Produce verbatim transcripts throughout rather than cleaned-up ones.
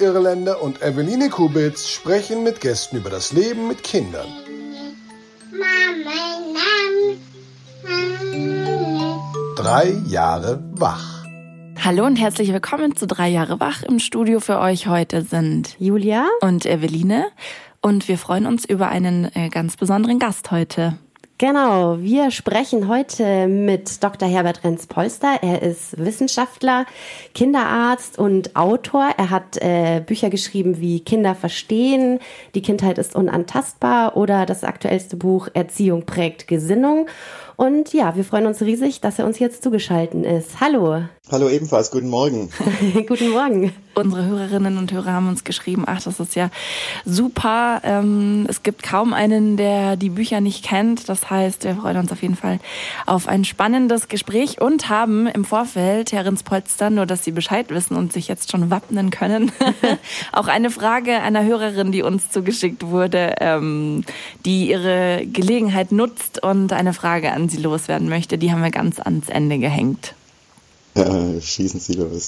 Irländer und Eveline Kubitz sprechen mit Gästen über das Leben mit Kindern. Drei Jahre wach. Hallo und herzlich willkommen zu Drei Jahre wach. Im Studio für euch heute sind Julia und Eveline. Und wir freuen uns über einen äh, ganz besonderen Gast heute. Genau, wir sprechen heute mit Doktor Herbert Renz-Polster. Er ist Wissenschaftler, Kinderarzt und Autor. Er hat äh, Bücher geschrieben wie Kinder verstehen, Die Kindheit ist unantastbar oder das aktuellste Buch Erziehung prägt Gesinnung. Und ja, wir freuen uns riesig, dass er uns jetzt zugeschaltet ist. Hallo. Hallo ebenfalls, guten Morgen. Guten Morgen. Unsere Hörerinnen und Hörer haben uns geschrieben, ach, das ist ja super. Ähm, es gibt kaum einen, der die Bücher nicht kennt. Das heißt, wir freuen uns auf jeden Fall auf ein spannendes Gespräch und haben im Vorfeld, Herr Renz-Polster, nur dass Sie Bescheid wissen und sich jetzt schon wappnen können, auch eine Frage einer Hörerin, die uns zugeschickt wurde, ähm, die ihre Gelegenheit nutzt und eine Frage an Sie loswerden möchte. Die haben wir ganz ans Ende gehängt. Ja, schießen Sie los.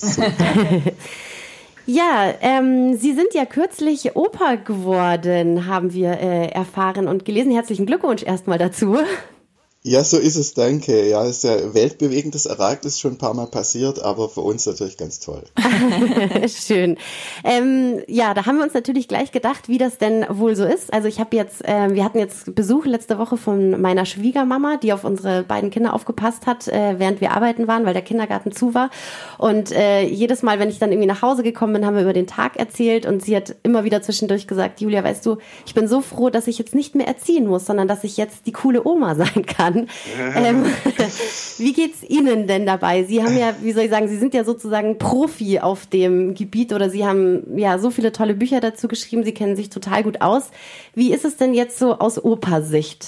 Ja, ähm, Sie sind ja kürzlich Opa geworden, haben wir äh, erfahren und gelesen. Herzlichen Glückwunsch erstmal dazu. Ja, so ist es, danke. Ja, es ist ja ein weltbewegendes Ereignis, schon ein paar Mal passiert, aber für uns natürlich ganz toll. Schön. Ähm, ja, da haben wir uns natürlich gleich gedacht, wie das denn wohl so ist. Also ich habe jetzt, äh, wir hatten jetzt Besuch letzte Woche von meiner Schwiegermama, die auf unsere beiden Kinder aufgepasst hat, äh, während wir arbeiten waren, weil der Kindergarten zu war. Und äh, jedes Mal, wenn ich dann irgendwie nach Hause gekommen bin, haben wir über den Tag erzählt und sie hat immer wieder zwischendurch gesagt, Julia, weißt du, ich bin so froh, dass ich jetzt nicht mehr erziehen muss, sondern dass ich jetzt die coole Oma sein kann. Ähm, wie geht's Ihnen denn dabei? Sie haben ja, wie soll ich sagen, Sie sind ja sozusagen Profi auf dem Gebiet oder Sie haben ja so viele tolle Bücher dazu geschrieben, Sie kennen sich total gut aus. Wie ist es denn jetzt so aus Opa-Sicht?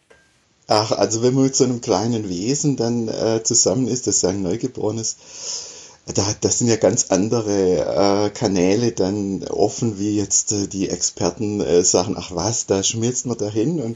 Ach, also wenn man mit so einem kleinen Wesen dann äh, zusammen ist, das ist ja ein Neugeborenes, Da, das sind ja ganz andere äh, Kanäle dann offen, wie jetzt äh, die Experten äh, sagen, ach was, da schmilzt man dahin und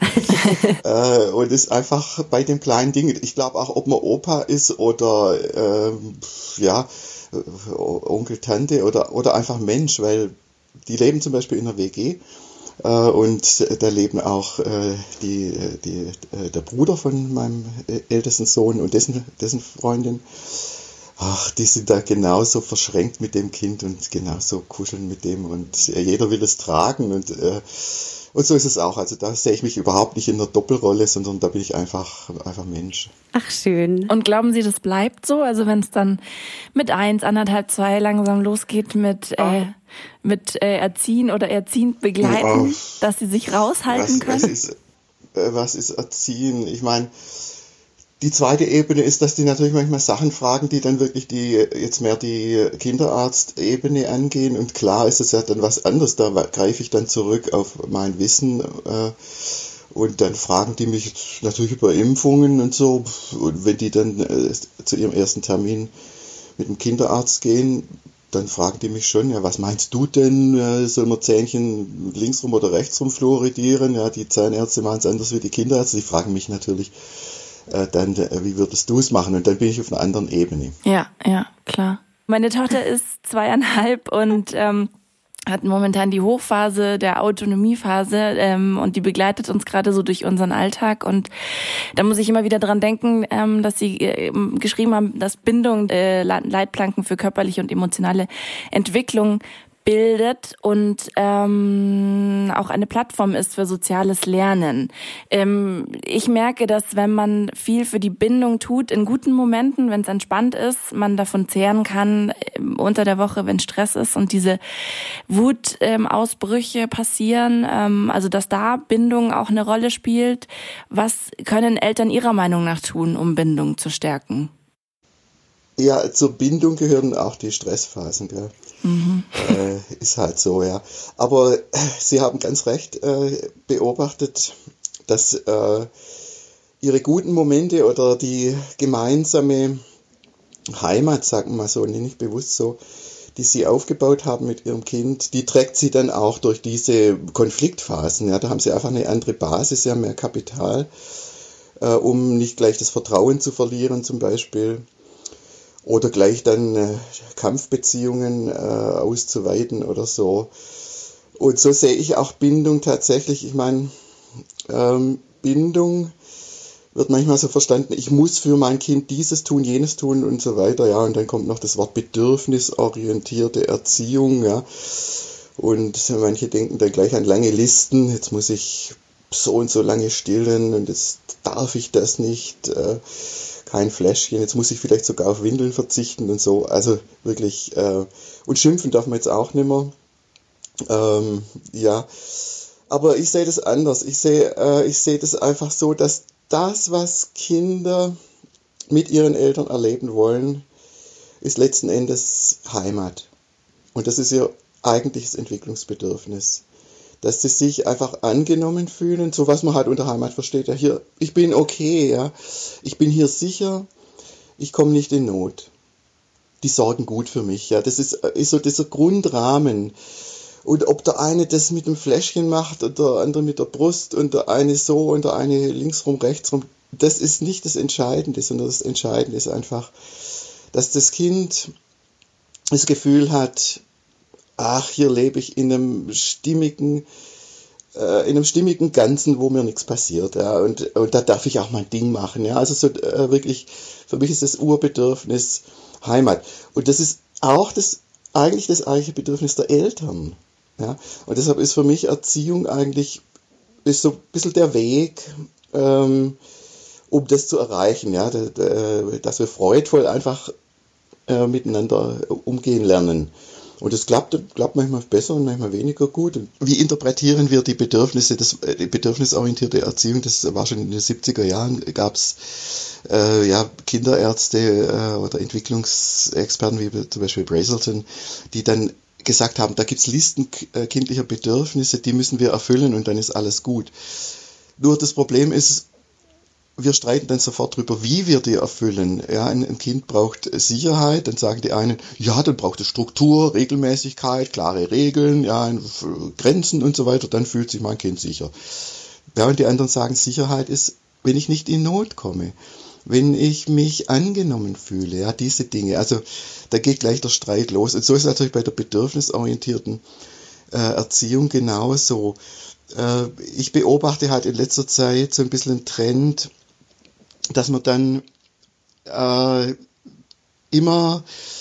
äh, und ist einfach bei den kleinen Dingen. Ich glaube auch, ob man Opa ist oder äh, ja äh, Onkel, Tante oder oder einfach Mensch, weil die leben zum Beispiel in einer W G äh, und da leben auch äh, die die äh, der Bruder von meinem äh, ältesten Sohn und dessen dessen Freundin. Ach, die sind da genauso verschränkt mit dem Kind und genauso kuscheln mit dem und äh, jeder will es tragen und äh, und so ist es auch. Also da sehe ich mich überhaupt nicht in einer Doppelrolle, sondern da bin ich einfach einfach Mensch. Ach, schön. Und glauben Sie, das bleibt so? Also wenn es dann mit eins, anderthalb, zwei langsam losgeht mit äh, mit äh, Erziehen oder Erziehend begleiten, oh, dass Sie sich raushalten was, können? Was ist, äh, was ist Erziehen? Ich meine, die zweite Ebene ist, dass die natürlich manchmal Sachen fragen, die dann wirklich die jetzt mehr die Kinderarztebene angehen. Und klar ist es ja dann was anderes. Da greife ich dann zurück auf mein Wissen. Äh, und dann fragen die mich jetzt natürlich über Impfungen und so. Und wenn die dann äh, zu ihrem ersten Termin mit dem Kinderarzt gehen, dann fragen die mich schon, ja, was meinst du denn? Äh, soll man Zähnchen linksrum oder rechtsrum fluoridieren? Ja, die Zahnärzte machen es anders wie die Kinderärzte. Die fragen mich natürlich, dann, wie würdest du es machen? Und dann bin ich auf einer anderen Ebene. Ja, ja, klar. Meine Tochter ist zweieinhalb und ähm, hat momentan die Hochphase der Autonomiephase ähm, und die begleitet uns gerade so durch unseren Alltag. Und da muss ich immer wieder dran denken, ähm, dass sie äh, geschrieben haben, dass Bindung äh, Leitplanken für körperliche und emotionale Entwicklung bildet und ähm, auch eine Plattform ist für soziales Lernen. Ähm, ich merke, dass wenn man viel für die Bindung tut, in guten Momenten, wenn es entspannt ist, man davon zehren kann äh, unter der Woche, wenn Stress ist und diese Wutausbrüche ähm, passieren, ähm, also dass da Bindung auch eine Rolle spielt. Was können Eltern Ihrer Meinung nach tun, um Bindung zu stärken? Ja, zur Bindung gehören auch die Stressphasen, gell? Mhm. Äh, ist halt so, ja. Aber äh, Sie haben ganz recht äh, beobachtet, dass äh, Ihre guten Momente oder die gemeinsame Heimat, sagen wir mal so, nenne ich bewusst so, die Sie aufgebaut haben mit Ihrem Kind, die trägt Sie dann auch durch diese Konfliktphasen. Ja, da haben Sie einfach eine andere Basis, Sie haben mehr Kapital, äh, um nicht gleich das Vertrauen zu verlieren zum Beispiel. oder gleich dann äh, Kampfbeziehungen äh, auszuweiten oder so. Und so sehe ich auch Bindung tatsächlich. Ich meine, ähm, Bindung wird manchmal so verstanden, ich muss für mein Kind dieses tun, jenes tun und so weiter, ja, und dann kommt noch das Wort bedürfnisorientierte Erziehung, ja, und manche denken dann gleich an lange Listen, jetzt muss ich so und so lange stillen und jetzt darf ich das nicht, äh, kein Fläschchen, jetzt muss ich vielleicht sogar auf Windeln verzichten und so, also wirklich, äh, und schimpfen darf man jetzt auch nicht mehr, ähm, ja, aber ich sehe das anders, ich sehe, äh, ich sehe das einfach so, dass das, was Kinder mit ihren Eltern erleben wollen, ist letzten Endes Heimat. Und das ist ihr eigentliches Entwicklungsbedürfnis. Dass sie sich einfach angenommen fühlen, so was man halt unter Heimat versteht. Ja, hier, ich bin okay, ja. Ich bin hier sicher, ich komme nicht in Not. Die sorgen gut für mich, ja. Das ist, ist so dieser Grundrahmen. Und ob der eine das mit dem Fläschchen macht und der andere mit der Brust und der eine so und der eine linksrum, rechtsrum, das ist nicht das Entscheidende, sondern das Entscheidende ist einfach, dass das Kind das Gefühl hat, ach, hier lebe ich in einem stimmigen, äh, in einem stimmigen Ganzen, wo mir nichts passiert, ja, und, und da darf ich auch mein Ding machen, ja, also so äh, wirklich, für mich ist das Urbedürfnis Heimat. Und das ist auch das, eigentlich das eigentliche Bedürfnis der Eltern. Ja, und deshalb ist für mich Erziehung eigentlich ist so ein bisschen der Weg, ähm, um das zu erreichen, ja, da, da, dass wir freudvoll einfach äh, miteinander umgehen lernen. Und das klappt, klappt manchmal besser und manchmal weniger gut. Und wie interpretieren wir die Bedürfnisse, das, die bedürfnisorientierte Erziehung? Das war schon in den siebziger Jahren, gab es äh, ja, Kinderärzte äh, oder Entwicklungsexperten wie zum Beispiel Brazelton, die dann gesagt haben, da gibt es Listen äh, kindlicher Bedürfnisse, die müssen wir erfüllen und dann ist alles gut. Nur das Problem ist, wir streiten dann sofort drüber, wie wir die erfüllen. Ja, ein, ein Kind braucht Sicherheit, dann sagen die einen, ja, dann braucht es Struktur, Regelmäßigkeit, klare Regeln, ja, Grenzen und so weiter, dann fühlt sich mein Kind sicher. Ja, und die anderen sagen, Sicherheit ist, wenn ich nicht in Not komme, wenn ich mich angenommen fühle, ja, diese Dinge. Also da geht gleich der Streit los. Und so ist es natürlich bei der bedürfnisorientierten äh, Erziehung genauso. Äh, ich beobachte halt in letzter Zeit so ein bisschen einen Trend, dass man dann äh, immer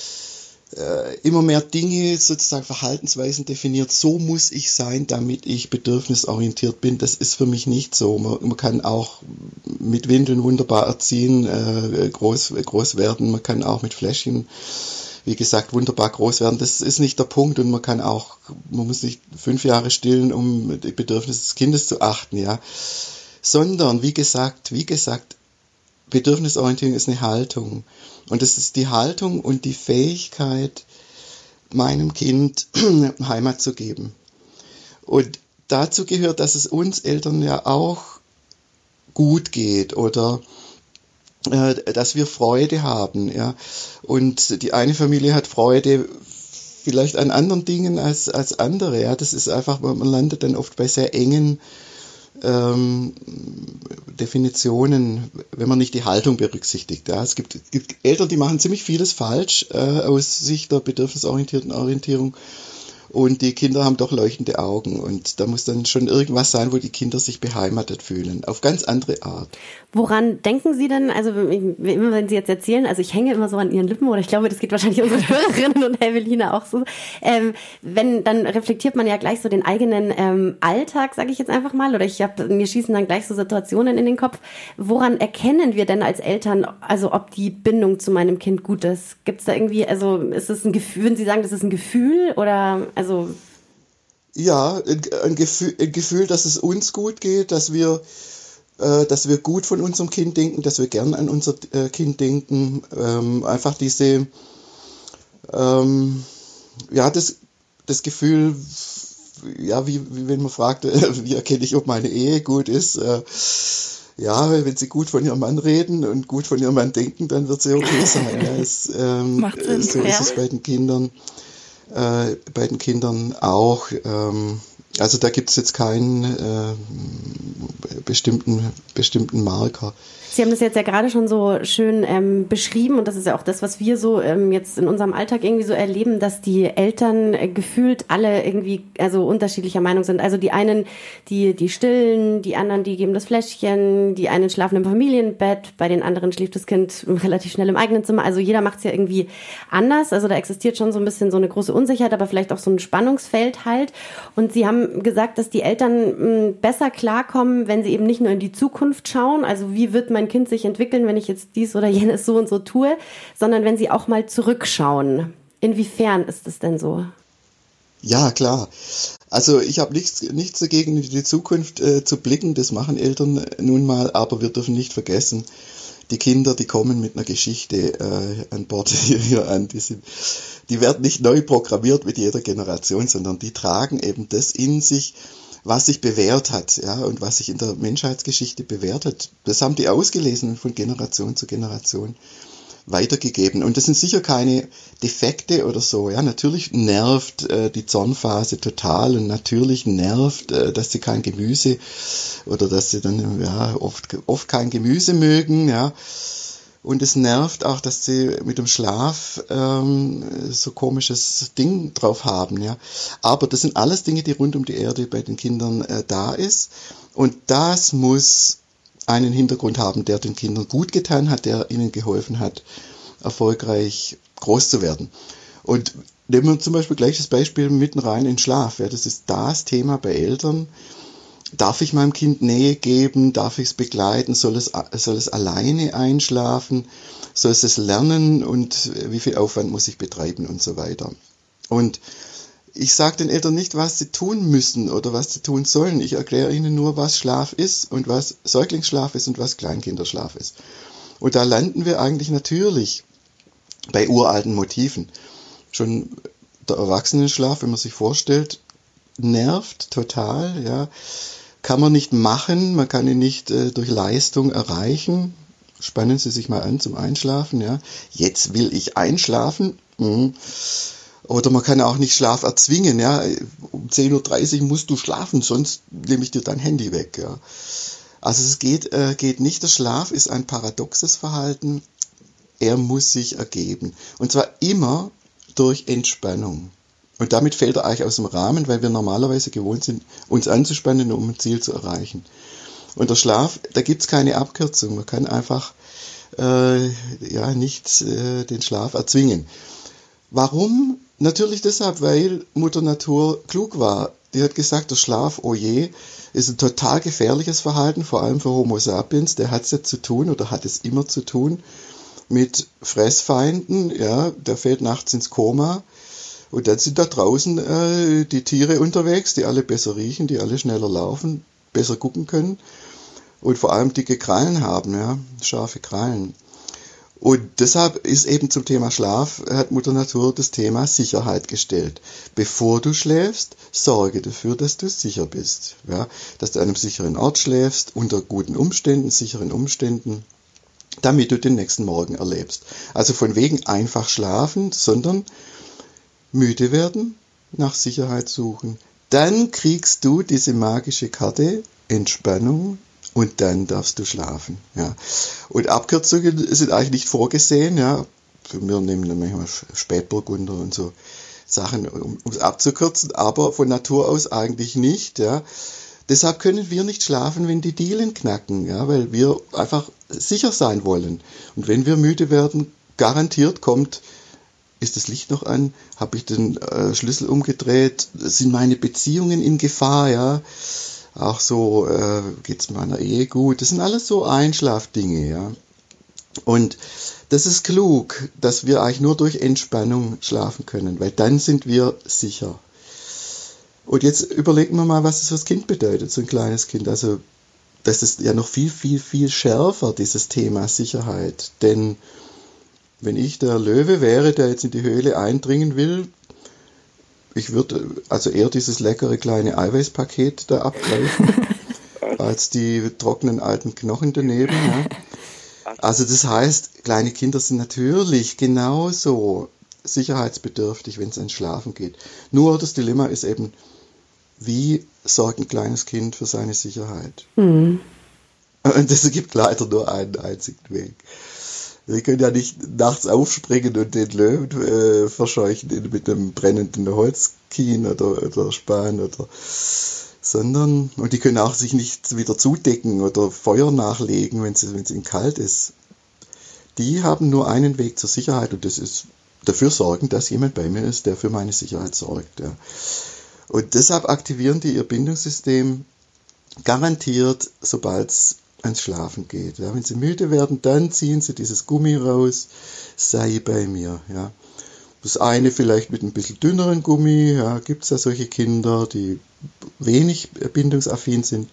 äh, immer mehr Dinge, sozusagen Verhaltensweisen definiert. So muss ich sein, damit ich bedürfnisorientiert bin. Das ist für mich nicht so. Man, man kann auch mit Windeln wunderbar erziehen, äh, groß, groß werden. Man kann auch mit Fläschchen, wie gesagt, wunderbar groß werden. Das ist nicht der Punkt. Und man kann auch, man muss nicht fünf Jahre stillen, um die Bedürfnisse des Kindes zu achten, ja. Sondern, wie gesagt, wie gesagt, Bedürfnisorientierung ist eine Haltung. Und das ist die Haltung und die Fähigkeit, meinem Kind Heimat zu geben. Und dazu gehört, dass es uns Eltern ja auch gut geht oder äh, dass wir Freude haben. Ja. Und die eine Familie hat Freude vielleicht an anderen Dingen als, als andere. Ja. Das ist einfach, man landet dann oft bei sehr engen Ähm, Definitionen, wenn man nicht die Haltung berücksichtigt. Ja. Es gibt, gibt Eltern, die machen ziemlich vieles falsch äh, aus Sicht der bedürfnisorientierten Orientierung und die Kinder haben doch leuchtende Augen und da muss dann schon irgendwas sein, wo die Kinder sich beheimatet fühlen, auf ganz andere Art. Woran denken Sie denn, also immer wenn Sie jetzt erzählen, also ich hänge immer so an Ihren Lippen oder ich glaube, das geht wahrscheinlich unseren Hörerinnen und Evelina auch so, ähm, wenn, dann reflektiert man ja gleich so den eigenen ähm, Alltag, sage ich jetzt einfach mal, oder ich habe, mir schießen dann gleich so Situationen in den Kopf. Woran erkennen wir denn als Eltern, also ob die Bindung zu meinem Kind gut ist? Gibt es da irgendwie, also ist es ein Gefühl, würden Sie sagen, das ist ein Gefühl oder, also... Ja, ein Gefühl, ein Gefühl, dass es uns gut geht, dass wir dass wir gut von unserem Kind denken, dass wir gern an unser Kind denken, ähm, einfach diese, ähm, ja, das, das Gefühl, ja, wie, wie wenn man fragt, äh, wie erkenne ich, ob meine Ehe gut ist, äh, ja, wenn sie gut von ihrem Mann reden und gut von ihrem Mann denken, dann wird sie okay sein. Ja, es, ähm, Macht Sinn, so ja. ist es bei den Kindern, äh, bei den Kindern auch, ähm, Also da gibt es jetzt keinen äh, bestimmten, bestimmten Marker. Sie haben das jetzt ja gerade schon so schön ähm, beschrieben und das ist ja auch das, was wir so ähm, jetzt in unserem Alltag irgendwie so erleben, dass die Eltern äh, gefühlt alle irgendwie also unterschiedlicher Meinung sind. Also die einen, die die stillen, die anderen, die geben das Fläschchen, die einen schlafen im Familienbett, bei den anderen schläft das Kind relativ schnell im eigenen Zimmer. Also jeder macht es ja irgendwie anders. Also da existiert schon so ein bisschen so eine große Unsicherheit, aber vielleicht auch so ein Spannungsfeld halt. Und Sie haben gesagt, dass die Eltern mh, besser klarkommen, wenn sie eben nicht nur in die Zukunft schauen, also wie wird mein Kind sich entwickeln, wenn ich jetzt dies oder jenes so und so tue, sondern wenn sie auch mal zurückschauen. Inwiefern ist es denn so? Ja, klar. Also ich habe nichts, nichts dagegen, in die Zukunft äh, zu blicken, das machen Eltern nun mal, aber wir dürfen nicht vergessen, die Kinder, die kommen mit einer Geschichte äh, an Bord hier, hier an. Die, sind, die werden nicht neu programmiert mit jeder Generation, sondern die tragen eben das in sich, was sich bewährt hat, ja, und was sich in der Menschheitsgeschichte bewährt hat. Das haben die ausgelesen und von Generation zu Generation weitergegeben. Und das sind sicher keine Defekte oder so. Ja, natürlich nervt äh, die Zornphase total und natürlich nervt, äh, dass sie kein Gemüse oder dass sie dann ja oft oft kein Gemüse mögen. Ja, und es nervt auch, dass sie mit dem Schlaf ähm, so komisches Ding drauf haben. Ja, aber das sind alles Dinge, die rund um die Erde bei den Kindern äh, da ist. Und das muss einen Hintergrund haben, der den Kindern gut getan hat, der ihnen geholfen hat, erfolgreich groß zu werden. Und nehmen wir zum Beispiel gleich das Beispiel mitten rein in den Schlaf. Ja, das ist das Thema bei Eltern. Darf ich meinem Kind Nähe geben? Darf ich es begleiten? Soll es, soll es alleine einschlafen? Soll es es lernen? Und wie viel Aufwand muss ich betreiben? Und so weiter. Und ich sage den Eltern nicht, was sie tun müssen oder was sie tun sollen. Ich erkläre ihnen nur, was Schlaf ist und was Säuglingsschlaf ist und was Kleinkinderschlaf ist. Und da landen wir eigentlich natürlich bei uralten Motiven. Schon der Erwachsenenschlaf, wenn man sich vorstellt, nervt total. Ja, kann man nicht machen, man kann ihn nicht äh, durch Leistung erreichen. Spannen Sie sich mal an zum Einschlafen. Ja, jetzt will ich einschlafen. Mhm. Oder man kann auch nicht Schlaf erzwingen, ja. Um zehn Uhr dreißig musst du schlafen, sonst nehme ich dir dein Handy weg, ja. Also es geht, äh, geht nicht. Der Schlaf ist ein paradoxes Verhalten. Er muss sich ergeben. Und zwar immer durch Entspannung. Und damit fällt er eigentlich aus dem Rahmen, weil wir normalerweise gewohnt sind, uns anzuspannen, um ein Ziel zu erreichen. Und der Schlaf, da gibt's keine Abkürzung. Man kann einfach äh, ja nicht äh, den Schlaf erzwingen. Warum? Natürlich deshalb, weil Mutter Natur klug war. Die hat gesagt, der Schlaf, oh je, ist ein total gefährliches Verhalten, vor allem für Homo sapiens. Der hat es ja zu tun oder hat es immer zu tun mit Fressfeinden. Ja, der fällt nachts ins Koma. Und dann sind da draußen äh, die Tiere unterwegs, die alle besser riechen, die alle schneller laufen, besser gucken können und vor allem dicke Krallen haben, ja, scharfe Krallen. Und deshalb ist eben zum Thema Schlaf, hat Mutter Natur das Thema Sicherheit gestellt. Bevor du schläfst, sorge dafür, dass du sicher bist. Ja, dass du an einem sicheren Ort schläfst, unter guten Umständen, sicheren Umständen, damit du den nächsten Morgen erlebst. Also von wegen einfach schlafen, sondern müde werden, nach Sicherheit suchen. Dann kriegst du diese magische Karte, Entspannung, und dann darfst du schlafen. Ja. Und Abkürzungen sind eigentlich nicht vorgesehen. Ja. Wir nehmen dann manchmal Spätburgunder und so Sachen, um es abzukürzen, aber von Natur aus eigentlich nicht. Ja. Deshalb können wir nicht schlafen, wenn die Dielen knacken, ja, weil wir einfach sicher sein wollen. Und wenn wir müde werden, garantiert kommt, ist das Licht noch an? Habe ich den äh, Schlüssel umgedreht? Sind meine Beziehungen in Gefahr? Ja. Auch so, äh, geht's meiner Ehe gut? Das sind alles so Einschlafdinge, ja. Und das ist klug, dass wir eigentlich nur durch Entspannung schlafen können, weil dann sind wir sicher. Und jetzt überlegen wir mal, was das fürs Kind bedeutet, so ein kleines Kind. Also, das ist ja noch viel, viel, viel schärfer, dieses Thema Sicherheit. Denn wenn ich der Löwe wäre, der jetzt in die Höhle eindringen will, ich würde also eher dieses leckere kleine Eiweißpaket da abgreifen, als die trockenen alten Knochen daneben. Ja. Also das heißt, kleine Kinder sind natürlich genauso sicherheitsbedürftig, wenn es ans Schlafen geht. Nur das Dilemma ist eben, wie sorgt ein kleines Kind für seine Sicherheit? Mhm. Und es gibt leider nur einen einzigen Weg. Wir können ja nicht nachts aufspringen und den Löwen äh, verscheuchen mit einem brennenden Holzkien oder, oder Span oder, sondern, und die können auch sich nicht wieder zudecken oder Feuer nachlegen, wenn es, wenn es ihnen kalt ist. Die haben nur einen Weg zur Sicherheit und das ist dafür sorgen, dass jemand bei mir ist, der für meine Sicherheit sorgt. Ja. Und deshalb aktivieren die ihr Bindungssystem garantiert, sobald es ans Schlafen geht. Ja. Wenn sie müde werden, dann ziehen sie dieses Gummi raus, sei bei mir. Ja. Das eine vielleicht mit ein bisschen dünneren Gummi, ja, gibt es ja solche Kinder, die wenig bindungsaffin sind.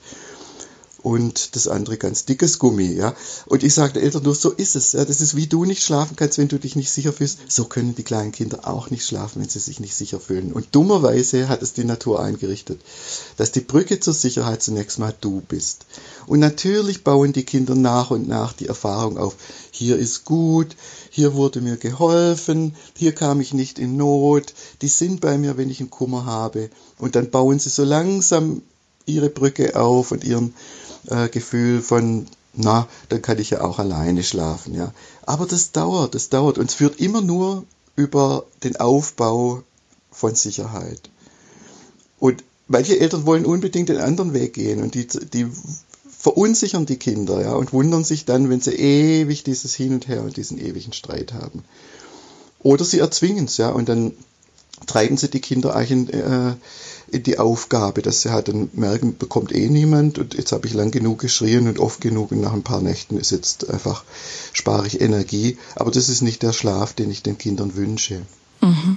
Und das andere ganz dickes Gummi, ja. Und ich sage den Eltern nur, so ist es, ja. Das ist wie du nicht schlafen kannst, wenn du dich nicht sicher fühlst. So können die kleinen Kinder auch nicht schlafen, wenn sie sich nicht sicher fühlen. Und dummerweise hat es die Natur eingerichtet, dass die Brücke zur Sicherheit zunächst mal du bist. Und natürlich bauen die Kinder nach und nach die Erfahrung auf. Hier ist gut, hier wurde mir geholfen, hier kam ich nicht in Not, die sind bei mir, wenn ich einen Kummer habe. Und dann bauen sie so langsam ihre Brücke auf und ihren äh, Gefühl von, na, dann kann ich ja auch alleine schlafen, ja. Aber das dauert, das dauert und es führt immer nur über den Aufbau von Sicherheit. Und manche Eltern wollen unbedingt den anderen Weg gehen und die, die verunsichern die Kinder, ja, und wundern sich dann, wenn sie ewig dieses Hin und Her und diesen ewigen Streit haben. Oder sie erzwingen es, ja, und dann treiben sie die Kinder eigentlich in, äh, in die Aufgabe, dass sie halt dann merken, bekommt eh niemand und jetzt habe ich lang genug geschrien und oft genug und nach ein paar Nächten ist jetzt einfach, spare ich Energie. Aber das ist nicht der Schlaf, den ich den Kindern wünsche. Mhm.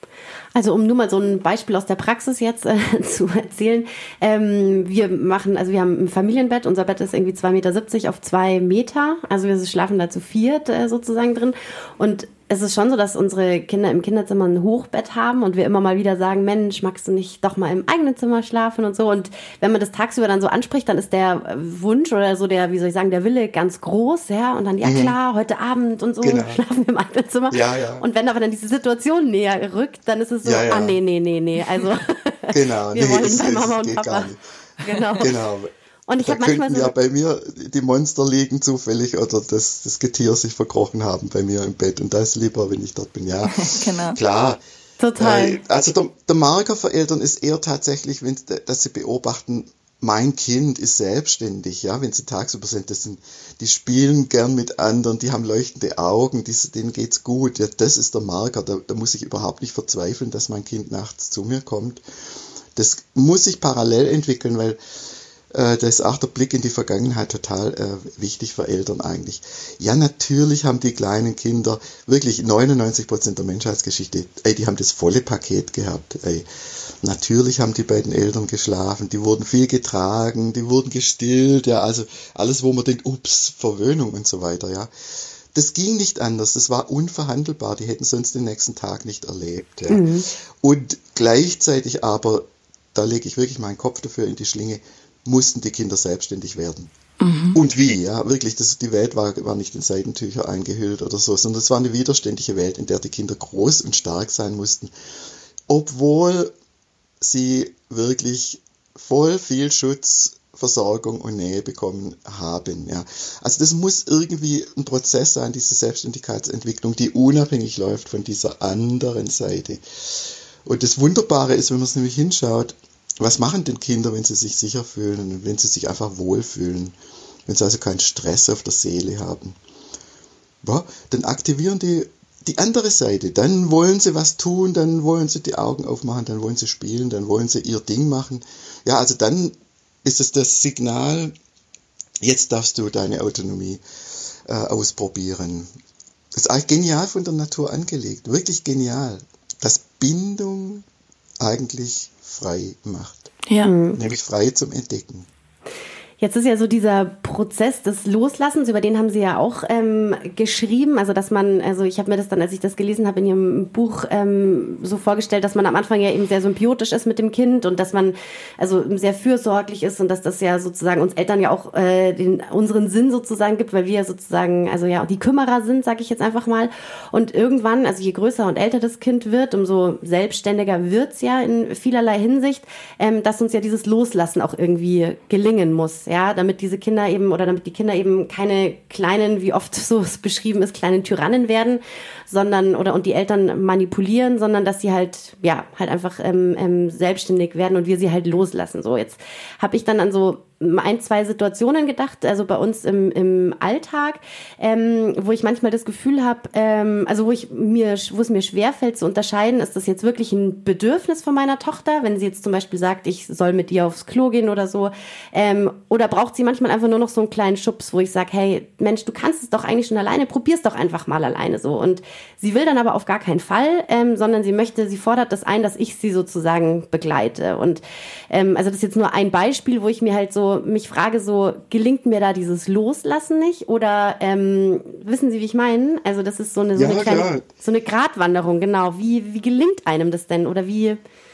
Also um nur mal so ein Beispiel aus der Praxis jetzt äh, zu erzählen. Ähm, wir machen, also wir haben ein Familienbett, unser Bett ist irgendwie zwei Meter siebzig auf zwei Meter. Also wir schlafen da zu viert äh, sozusagen drin. Und es ist schon so, dass unsere Kinder im Kinderzimmer ein Hochbett haben und wir immer mal wieder sagen, Mensch, magst du nicht doch mal im eigenen Zimmer schlafen und so. Und wenn man das tagsüber dann so anspricht, dann ist der Wunsch oder so der, wie soll ich sagen, der Wille ganz groß, ja. Und dann, ja klar, heute Abend und so Genau. schlafen wir im eigenen Zimmer. Ja, ja. Und wenn aber dann diese Situation näher rückt, dann ist es so, Ja, ja. ah nee, nee, nee, nee. Also Genau, wir nee, wollen es, bei es Mama und geht Papa. gar nicht. Genau. Genau. Und ich Da habe manchmal könnten so. ja bei mir die Monster liegen zufällig oder das, das Getier sich verkrochen haben bei mir im Bett und das lieber, wenn ich dort bin. Ja, Genau. klar. Total. Äh, also der, der Marker für Eltern ist eher tatsächlich, wenn, dass sie beobachten, mein Kind ist selbstständig, ja, wenn sie tagsüber sind, das sind, die spielen gern mit anderen, die haben leuchtende Augen, die, denen geht's gut, ja, das ist der Marker, da, da muss ich überhaupt nicht verzweifeln, dass mein Kind nachts zu mir kommt. Das muss sich parallel entwickeln, weil äh, da ist auch der Blick in die Vergangenheit total äh, wichtig für Eltern eigentlich. Ja, natürlich haben die kleinen Kinder, wirklich neunundneunzig Prozent der Menschheitsgeschichte, ey, die haben das volle Paket gehabt, ey. Natürlich haben die beiden Eltern geschlafen, die wurden viel getragen, die wurden gestillt, ja, also alles, wo man denkt, ups, Verwöhnung und so weiter, ja. Das ging nicht anders, das war unverhandelbar, die hätten sonst den nächsten Tag nicht erlebt, ja. Mhm. Und gleichzeitig aber, da lege ich wirklich meinen Kopf dafür in die Schlinge, mussten die Kinder selbstständig werden. Mhm. Und wie, ja, wirklich, das, die Welt war, war nicht in Seidentücher eingehüllt oder so, sondern es war eine widerständige Welt, in der die Kinder groß und stark sein mussten, obwohl sie wirklich voll viel Schutz, Versorgung und Nähe bekommen haben. Ja. Also das muss irgendwie ein Prozess sein, diese Selbstständigkeitsentwicklung, die unabhängig läuft von dieser anderen Seite. Und das Wunderbare ist, wenn man es nämlich hinschaut, was machen denn Kinder, wenn sie sich sicher fühlen und wenn sie sich einfach wohlfühlen, wenn sie also keinen Stress auf der Seele haben? Ja, dann aktivieren die die andere Seite, dann wollen sie was tun, dann wollen sie die Augen aufmachen, dann wollen sie spielen, dann wollen sie ihr Ding machen. Ja, also dann ist es das Signal, jetzt darfst du deine Autonomie äh, ausprobieren. Das ist eigentlich genial von der Natur angelegt, wirklich genial, dass Bindung eigentlich frei macht, ja. Nämlich frei zum Entdecken. Jetzt ist ja so dieser Prozess des Loslassens, über den haben Sie ja auch ähm, geschrieben. Also dass man, also ich habe mir das dann, als ich das gelesen habe in Ihrem Buch, ähm, so vorgestellt, dass man am Anfang ja eben sehr symbiotisch ist mit dem Kind und dass man also sehr fürsorglich ist und dass das ja sozusagen uns Eltern ja auch äh, den unseren Sinn sozusagen gibt, weil wir ja sozusagen, also ja die Kümmerer sind, sage ich jetzt einfach mal. Und irgendwann, also je größer und älter das Kind wird, umso selbstständiger wird's ja in vielerlei Hinsicht, ähm, dass uns ja dieses Loslassen auch irgendwie gelingen muss. Ja, damit diese Kinder eben oder damit die Kinder eben keine kleinen, wie oft so es beschrieben ist, kleinen Tyrannen werden, sondern oder und die Eltern manipulieren, sondern dass sie halt ja halt einfach ähm, ähm, selbstständig werden und wir sie halt loslassen. So, jetzt habe ich dann an so ein, zwei Situationen gedacht, also bei uns im, im Alltag, ähm, wo ich manchmal das Gefühl habe, ähm, also wo ich mir, wo es mir schwerfällt zu unterscheiden, ist das jetzt wirklich ein Bedürfnis von meiner Tochter, wenn sie jetzt zum Beispiel sagt, ich soll mit ihr aufs Klo gehen oder so, ähm, oder braucht sie manchmal einfach nur noch so einen kleinen Schubs, wo ich sage, hey, Mensch, du kannst es doch eigentlich schon alleine, probier's doch einfach mal alleine so. Und sie will dann aber auf gar keinen Fall, ähm, sondern sie möchte, sie fordert das ein, dass ich sie sozusagen begleite. Und ähm, also das ist jetzt nur ein Beispiel, wo ich mir halt so mich frage, so gelingt mir da dieses Loslassen nicht? Oder ähm, wissen Sie, wie ich meine? Also das ist so eine, so ja, eine kleine, klar. so eine Gratwanderung, genau. Wie, wie gelingt einem das denn? Oder wie,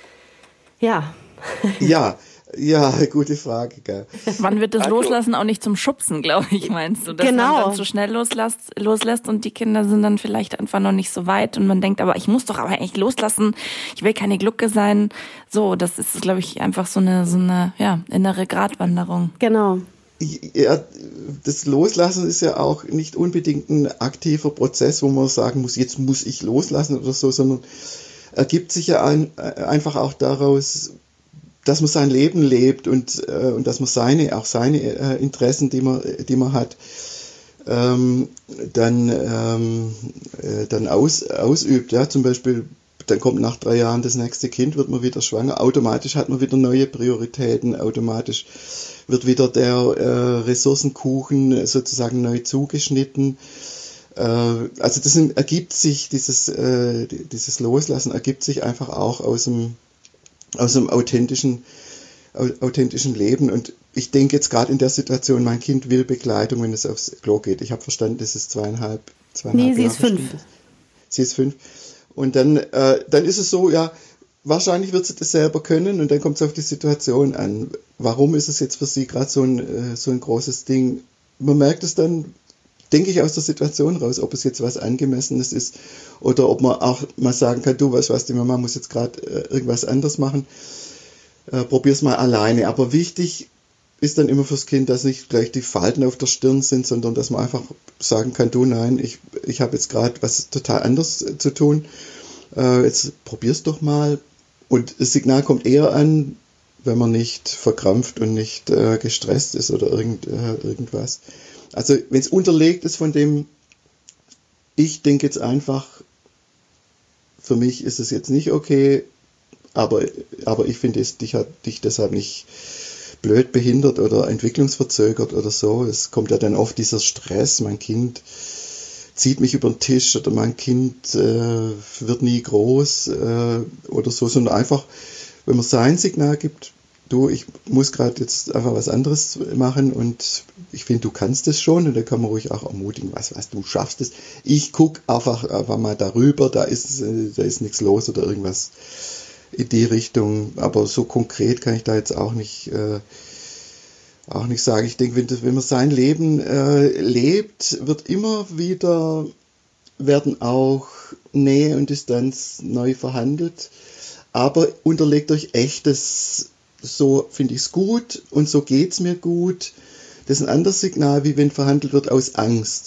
ja. Ja, ja, gute Frage, gell. Wann wird das Also, Loslassen auch nicht zum Schubsen, glaube ich, meinst du? Dass Genau. man dann zu schnell loslässt, loslässt und die Kinder sind dann vielleicht einfach noch nicht so weit und man denkt, aber ich muss doch aber eigentlich loslassen, ich will keine Glucke sein. So, das ist, glaube ich, einfach so eine, so eine ja, innere Gratwanderung. Genau. Ja, das Loslassen ist ja auch nicht unbedingt ein aktiver Prozess, wo man sagen muss, jetzt muss ich loslassen oder so, sondern ergibt sich ja ein, einfach auch daraus, dass man sein Leben lebt und, äh, und dass man seine, auch seine äh, Interessen, die man, die man hat, ähm, dann, ähm, äh, dann aus, ausübt. Ja, zum Beispiel, dann kommt nach drei Jahren das nächste Kind, wird man wieder schwanger. Automatisch hat man wieder neue Prioritäten. Automatisch wird wieder der äh, Ressourcenkuchen sozusagen neu zugeschnitten. Äh, also das sind, ergibt sich, dieses, äh, dieses Loslassen ergibt sich einfach auch aus dem aus einem authentischen, authentischen Leben. Und ich denke jetzt gerade in der Situation, mein Kind will Begleitung, wenn es aufs Klo geht. Ich habe verstanden, das ist zweieinhalb, zweieinhalb Nee, sie Jahre ist fünf. stimmt. Sie ist fünf. Und dann, äh, dann ist es so, ja, wahrscheinlich wird sie das selber können und dann kommt es auf die Situation an. Warum ist es jetzt für sie gerade so ein, äh, so ein großes Ding? Man merkt es dann, denke ich, aus der Situation raus, ob es jetzt was Angemessenes ist oder ob man auch mal sagen kann, du, weißt was, die Mama muss jetzt gerade äh, irgendwas anderes machen, äh, probier's mal alleine. Aber wichtig ist dann immer fürs Kind, dass nicht gleich die Falten auf der Stirn sind, sondern dass man einfach sagen kann, du, nein, ich, ich habe jetzt gerade was total anderes äh, zu tun, äh, jetzt probier's doch mal. Und das Signal kommt eher an, wenn man nicht verkrampft und nicht äh, gestresst ist oder irgend, äh, irgendwas. Also wenn es unterlegt ist von dem, ich denke jetzt einfach, für mich ist es jetzt nicht okay, aber, aber ich finde es dich, hat dich deshalb nicht blöd behindert oder entwicklungsverzögert oder so. Es kommt ja dann oft dieser Stress, mein Kind zieht mich über den Tisch oder mein Kind äh, wird nie groß äh, oder so, sondern einfach, wenn man sein Signal gibt, du, ich muss gerade jetzt einfach was anderes machen und ich finde, du kannst es schon und dann kann man ruhig auch ermutigen, was, was, du schaffst es. Ich gucke einfach, einfach mal darüber, da ist, da ist nichts los oder irgendwas in die Richtung, aber so konkret kann ich da jetzt auch nicht, äh, auch nicht sagen. Ich denke, wenn, das, wenn man sein Leben äh, lebt, wird immer wieder, werden auch Nähe und Distanz neu verhandelt, aber unterlegt durch echtes, so finde ich es gut und so geht's mir gut. Das ist ein anderes Signal, wie wenn verhandelt wird aus Angst.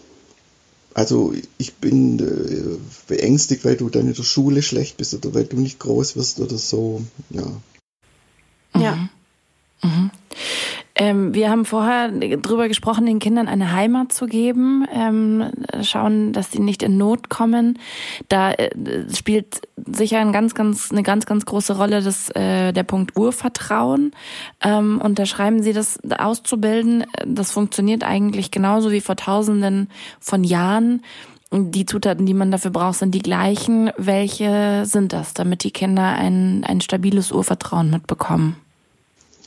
Also ich bin äh, beängstigt, weil du dann in der Schule schlecht bist oder weil du nicht groß wirst oder so. Ja. Ja. Mhm. Ähm, wir haben vorher drüber gesprochen, den Kindern eine Heimat zu geben, ähm, schauen, dass sie nicht in Not kommen. Da äh, spielt sicher ein ganz, ganz, eine ganz, ganz große Rolle das, äh, der Punkt Urvertrauen. Ähm, und da schreiben sie, das auszubilden, das funktioniert eigentlich genauso wie vor Tausenden von Jahren. Die Zutaten, die man dafür braucht, sind die gleichen. Welche sind das, damit die Kinder ein, ein stabiles Urvertrauen mitbekommen?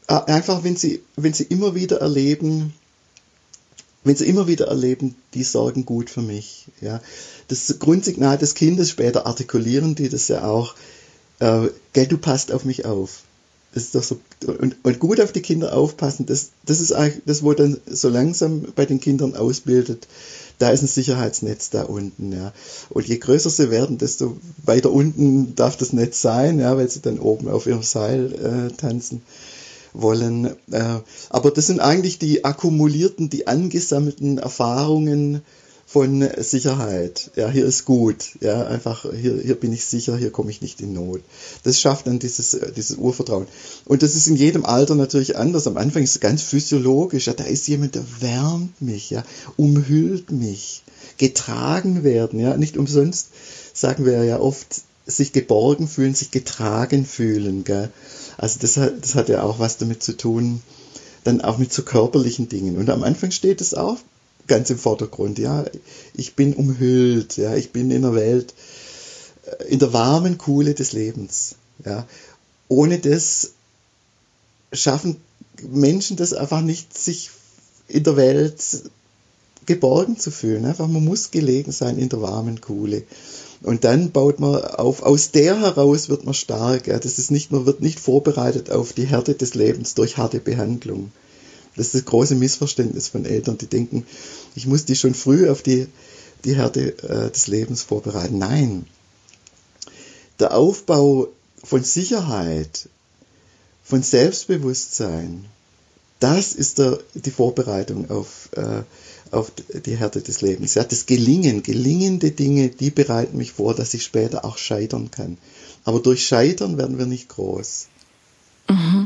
einfach, wenn sie, wenn sie immer wieder erleben, wenn sie immer wieder erleben, die sorgen gut für mich, ja. Das Grundsignal des Kindes, später artikulieren die das ja auch, äh, gell, du passt auf mich auf. Das ist doch so, und, und gut auf die Kinder aufpassen, das, das ist eigentlich das, wo dann so langsam bei den Kindern ausbildet, da ist ein Sicherheitsnetz da unten, ja. Und je größer sie werden, desto weiter unten darf das Netz sein, ja, weil sie dann oben auf ihrem Seil äh, tanzen wollen. Äh, aber das sind eigentlich die akkumulierten, die angesammelten Erfahrungen von Sicherheit. Ja, hier ist gut. Ja, einfach, hier, hier bin ich sicher, hier komme ich nicht in Not. Das schafft dann dieses, dieses Urvertrauen. Und das ist in jedem Alter natürlich anders. Am Anfang ist es ganz physiologisch. Ja, da ist jemand, der wärmt mich, ja, umhüllt mich, getragen werden. Ja, nicht umsonst sagen wir ja oft, sich geborgen fühlen, sich getragen fühlen. Gell? Also das hat, das hat ja auch was damit zu tun, dann auch mit so körperlichen Dingen. Und am Anfang steht es auch ganz im Vordergrund, ja, ich bin umhüllt, ja, ich bin in der Welt, in der warmen Kuhle des Lebens, ja. Ohne das schaffen Menschen das einfach nicht, sich in der Welt geborgen zu fühlen. Einfach, man muss gelegen sein in der warmen Kuhle. Und dann baut man auf, aus der heraus wird man stark, ja. Das ist nicht, man wird nicht vorbereitet auf die Härte des Lebens durch harte Behandlung. Das ist das große Missverständnis von Eltern, die denken, ich muss die schon früh auf die, die Härte äh, des Lebens vorbereiten. Nein, der Aufbau von Sicherheit, von Selbstbewusstsein, das ist der, die Vorbereitung auf, äh, auf die Härte des Lebens. Ja, das Gelingen, gelingende Dinge, die bereiten mich vor, dass ich später auch scheitern kann. Aber durch Scheitern werden wir nicht groß. Mhm.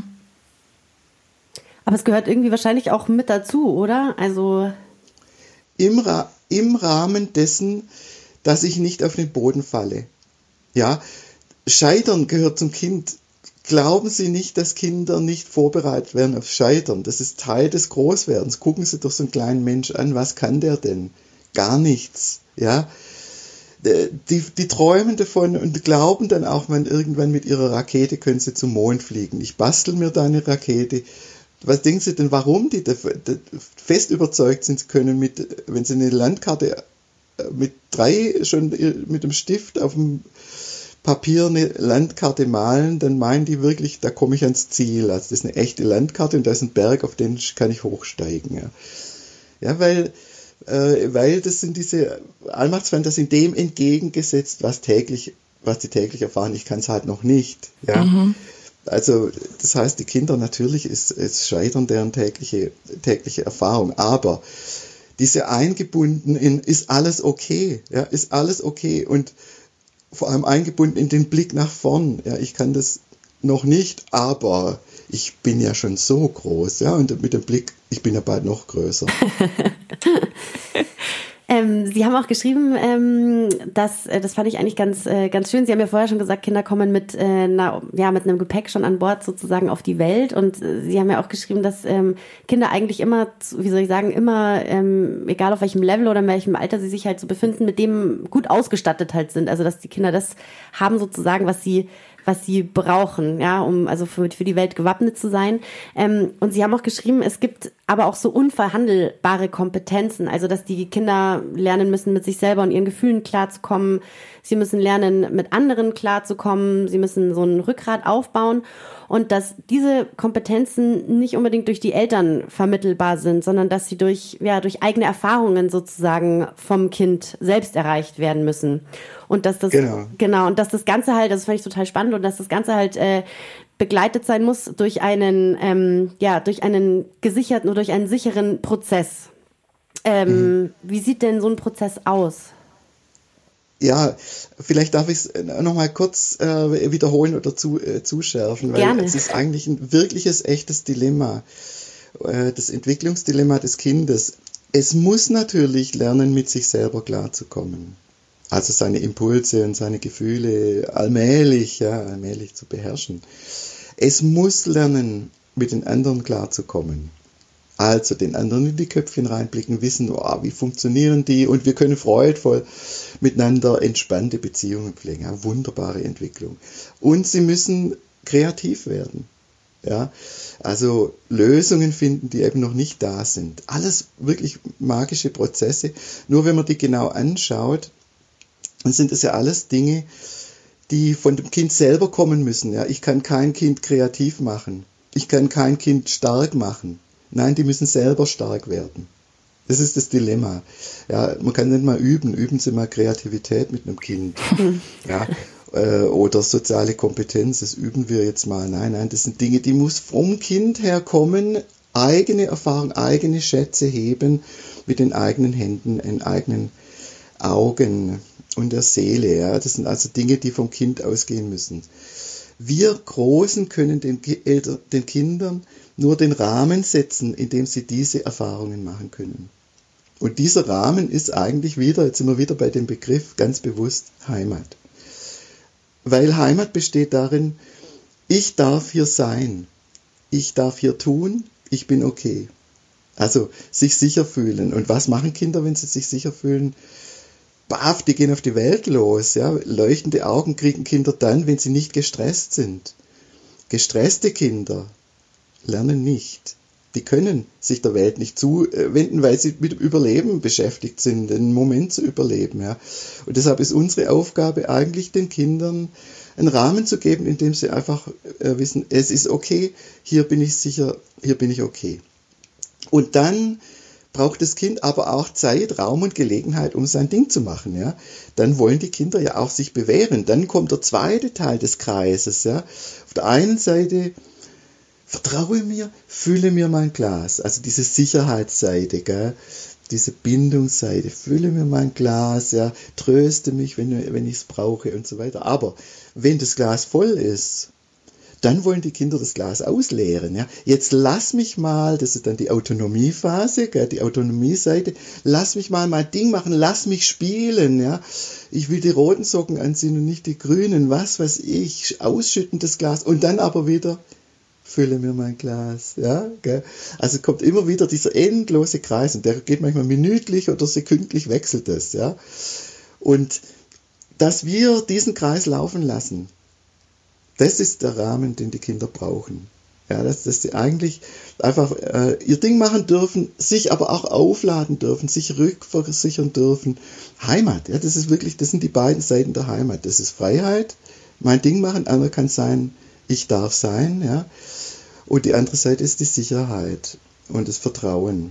Aber es gehört irgendwie wahrscheinlich auch mit dazu, oder? Also im, Ra- im Rahmen dessen, dass ich nicht auf den Boden falle. Ja, Scheitern gehört zum Kind. Glauben Sie nicht, dass Kinder nicht vorbereitet werden auf Scheitern. Das ist Teil des Großwerdens. Gucken Sie doch so einen kleinen Mensch an. Was kann der denn? Gar nichts. Ja, die, die träumen davon und glauben dann auch, man irgendwann mit ihrer Rakete können sie zum Mond fliegen. Ich bastel mir da eine Rakete. Was denken Sie denn, warum die fest überzeugt sind, sie können mit, wenn sie eine Landkarte mit drei schon mit dem Stift auf dem Papier eine Landkarte malen, dann meinen die wirklich, da komme ich ans Ziel. Also das ist eine echte Landkarte und da ist ein Berg, auf den kann ich hochsteigen. Ja, ja weil, äh, weil das sind diese Allmachtsfantasien dem entgegengesetzt, was täglich, was die täglich erfahren. Ich kann es halt noch nicht. Ja. Mhm. Also, das heißt, die Kinder, natürlich ist, ist Scheitern deren tägliche, tägliche Erfahrung, aber diese eingebunden in, ist alles okay, ja, ist alles okay und vor allem eingebunden in den Blick nach vorn, ja, ich kann das noch nicht, aber ich bin ja schon so groß, ja, und mit dem Blick, ich bin ja bald noch größer. Ähm, Sie haben auch geschrieben, ähm, dass, äh, das fand ich eigentlich ganz, äh, ganz schön. Sie haben ja vorher schon gesagt, Kinder kommen mit, äh, na, ja, mit einem Gepäck schon an Bord sozusagen auf die Welt. Und äh, Sie haben ja auch geschrieben, dass ähm, Kinder eigentlich immer, wie soll ich sagen, immer, ähm, egal auf welchem Level oder in welchem Alter sie sich halt so befinden, mit dem gut ausgestattet halt sind. Also dass die Kinder das haben sozusagen, was sie was sie brauchen, ja, um also für, für die Welt gewappnet zu sein. Ähm, und Sie haben auch geschrieben, es gibt aber auch so unverhandelbare Kompetenzen, also dass die Kinder lernen müssen, mit sich selber und ihren Gefühlen klarzukommen. Sie müssen lernen, mit anderen klarzukommen. Sie müssen so ein Rückgrat aufbauen und dass diese Kompetenzen nicht unbedingt durch die Eltern vermittelbar sind, sondern dass sie durch, ja, durch eigene Erfahrungen sozusagen vom Kind selbst erreicht werden müssen. Und dass das, genau, genau und dass das Ganze halt, das fand ich total spannend, und dass das Ganze halt äh, begleitet sein muss durch einen, ähm, ja, durch einen gesicherten oder durch einen sicheren Prozess. Ähm, mhm. Wie sieht denn so ein Prozess aus? Ja, vielleicht darf ich es nochmal kurz äh, wiederholen oder zu, äh, zuschärfen, weil Gerne. Es ist eigentlich ein wirkliches, echtes Dilemma, äh, das Entwicklungsdilemma des Kindes. Es muss natürlich lernen, mit sich selber klarzukommen. Also seine Impulse und seine Gefühle allmählich, ja, allmählich zu beherrschen. Es muss lernen, mit den anderen klarzukommen. Also den anderen in die Köpfchen reinblicken, wissen, oh, wie funktionieren die, und wir können freudvoll miteinander entspannte Beziehungen pflegen. Ja, wunderbare Entwicklung. Und sie müssen kreativ werden. Ja, also Lösungen finden, die eben noch nicht da sind. Alles wirklich magische Prozesse. Nur wenn man die genau anschaut, dann sind es ja alles Dinge, die von dem Kind selber kommen müssen. Ja, ich kann kein Kind kreativ machen. Ich kann kein Kind stark machen. Nein, die müssen selber stark werden. Das ist das Dilemma. Ja, man kann nicht mal üben. Üben Sie mal Kreativität mit einem Kind. Ja. Oder soziale Kompetenz, das üben wir jetzt mal. Nein, nein, das sind Dinge, die muss vom Kind her kommen, eigene Erfahrung, eigene Schätze heben, mit den eigenen Händen, in eigenen Augen und der Seele. Ja. Das sind also Dinge, die vom Kind ausgehen müssen. Wir Großen können den, Eltern, den Kindern nur den Rahmen setzen, in dem sie diese Erfahrungen machen können. Und dieser Rahmen ist eigentlich wieder, jetzt sind wir wieder bei dem Begriff, ganz bewusst Heimat. Weil Heimat besteht darin, ich darf hier sein, ich darf hier tun, ich bin okay. Also sich sicher fühlen. Und was machen Kinder, wenn sie sich sicher fühlen? Baff, die gehen auf die Welt los. Ja? Leuchtende Augen kriegen Kinder dann, wenn sie nicht gestresst sind. Gestresste Kinder lernen nicht. Die können sich der Welt nicht zuwenden, weil sie mit dem Überleben beschäftigt sind, den Moment zu überleben. Ja. Und deshalb ist unsere Aufgabe eigentlich, den Kindern einen Rahmen zu geben, in dem sie einfach äh, wissen, es ist okay, hier bin ich sicher, hier bin ich okay. Und dann braucht das Kind aber auch Zeit, Raum und Gelegenheit, um sein Ding zu machen. Ja. Dann wollen die Kinder ja auch sich bewähren. Dann kommt der zweite Teil des Kreises. Ja. Auf der einen Seite vertraue mir, fülle mir mein Glas. Also diese Sicherheitsseite, gell? Diese Bindungsseite, fülle mir mein Glas, ja, tröste mich, wenn, wenn ich es brauche und so weiter. Aber wenn das Glas voll ist, dann wollen die Kinder das Glas ausleeren. Ja? Jetzt lass mich mal, das ist dann die Autonomiephase, gell, die Autonomieseite, lass mich mal mein Ding machen, lass mich spielen. Ja? Ich will die roten Socken anziehen und nicht die grünen, was weiß ich, ausschütten das Glas und dann aber wieder fülle mir mein Glas, ja, gell? Also kommt immer wieder dieser endlose Kreis und der geht manchmal minütlich oder sekündlich wechselt es, ja. Und dass wir diesen Kreis laufen lassen, das ist der Rahmen, den die Kinder brauchen. Ja, dass, dass sie eigentlich einfach äh, ihr Ding machen dürfen, sich aber auch aufladen dürfen, sich rückversichern dürfen. Heimat, ja, das ist wirklich, das sind die beiden Seiten der Heimat. Das ist Freiheit, mein Ding machen, einmal kann sein, ich darf sein, ja. Und die andere Seite ist die Sicherheit und das Vertrauen.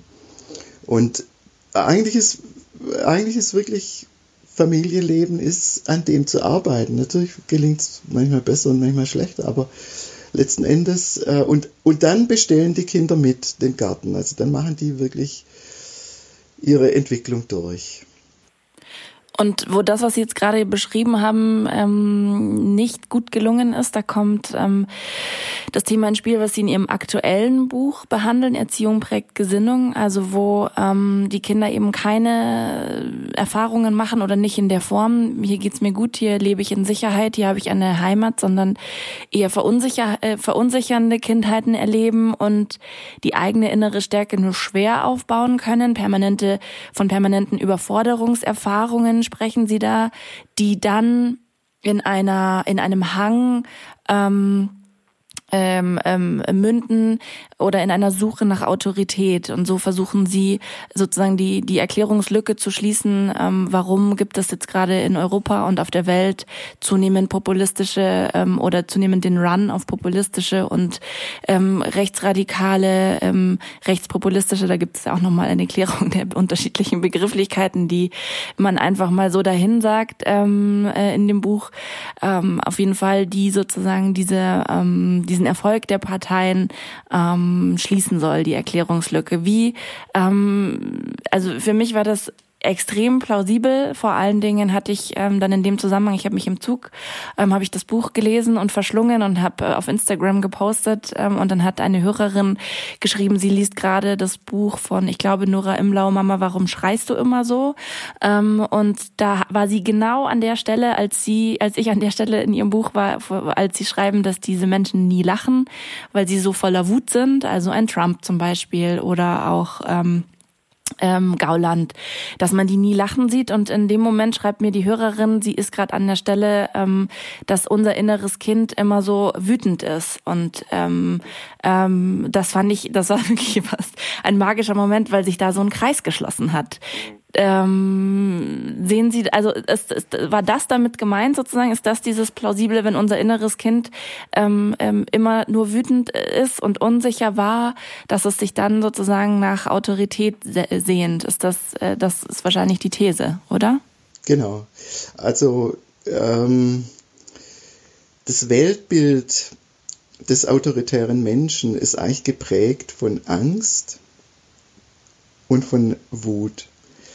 Und eigentlich ist, eigentlich ist wirklich Familienleben ist, an dem zu arbeiten. Natürlich gelingt es manchmal besser und manchmal schlechter, aber letzten Endes, äh, und, und dann bestellen die Kinder mit den Garten. Also dann machen die wirklich ihre Entwicklung durch. Und wo das, was Sie jetzt gerade beschrieben haben, ähm, nicht gut gelungen ist, da kommt ähm, das Thema ins Spiel, was Sie in Ihrem aktuellen Buch behandeln, Erziehung prägt Gesinnung, also wo ähm, die Kinder eben keine Erfahrungen machen oder nicht in der Form, hier geht's mir gut, hier lebe ich in Sicherheit, hier habe ich eine Heimat, sondern eher verunsicher, äh, verunsichernde Kindheiten erleben und die eigene innere Stärke nur schwer aufbauen können, permanente von permanenten Überforderungserfahrungen sprechen Sie da, die dann in einer in einem Hang ähm, ähm, ähm, münden oder in einer Suche nach Autorität. Und so versuchen Sie sozusagen die die Erklärungslücke zu schließen, ähm, warum gibt es jetzt gerade in Europa und auf der Welt zunehmend populistische ähm, oder zunehmend den Run auf populistische und ähm, rechtsradikale, ähm, rechtspopulistische, da gibt es ja auch nochmal eine Erklärung der unterschiedlichen Begrifflichkeiten, die man einfach mal so dahin sagt ähm, äh, in dem Buch. Ähm, auf jeden Fall, die sozusagen diese ähm, diesen Erfolg der Parteien ähm, schließen soll, die Erklärungslücke. Wie, ähm, also für mich war das extrem plausibel. Vor allen Dingen hatte ich ähm, dann in dem Zusammenhang, ich habe mich im Zug, ähm, habe ich das Buch gelesen und verschlungen und habe äh, auf Instagram gepostet ähm, und dann hat eine Hörerin geschrieben, sie liest gerade das Buch von, ich glaube, Nora Imlau, Mama, warum schreist du immer so? Ähm, und da war sie genau an der Stelle, als sie, als ich an der Stelle in ihrem Buch war, als sie schreiben, dass diese Menschen nie lachen, weil sie so voller Wut sind, also ein Trump zum Beispiel oder auch ähm, ähm, Gauland, dass man die nie lachen sieht. Und in dem Moment schreibt mir die Hörerin, sie ist gerade an der Stelle, ähm, dass unser inneres Kind immer so wütend ist. Und ähm, ähm, das fand ich, das war wirklich fast ein magischer Moment, weil sich da so ein Kreis geschlossen hat. Ähm, sehen Sie, also ist, ist, war das damit gemeint sozusagen? Ist das dieses Plausible, wenn unser inneres Kind ähm, ähm, immer nur wütend ist und unsicher war, dass es sich dann sozusagen nach Autorität se- sehnt? Ist das, äh, das ist wahrscheinlich die These, oder? Genau. Also ähm, das Weltbild des autoritären Menschen ist eigentlich geprägt von Angst und von Wut.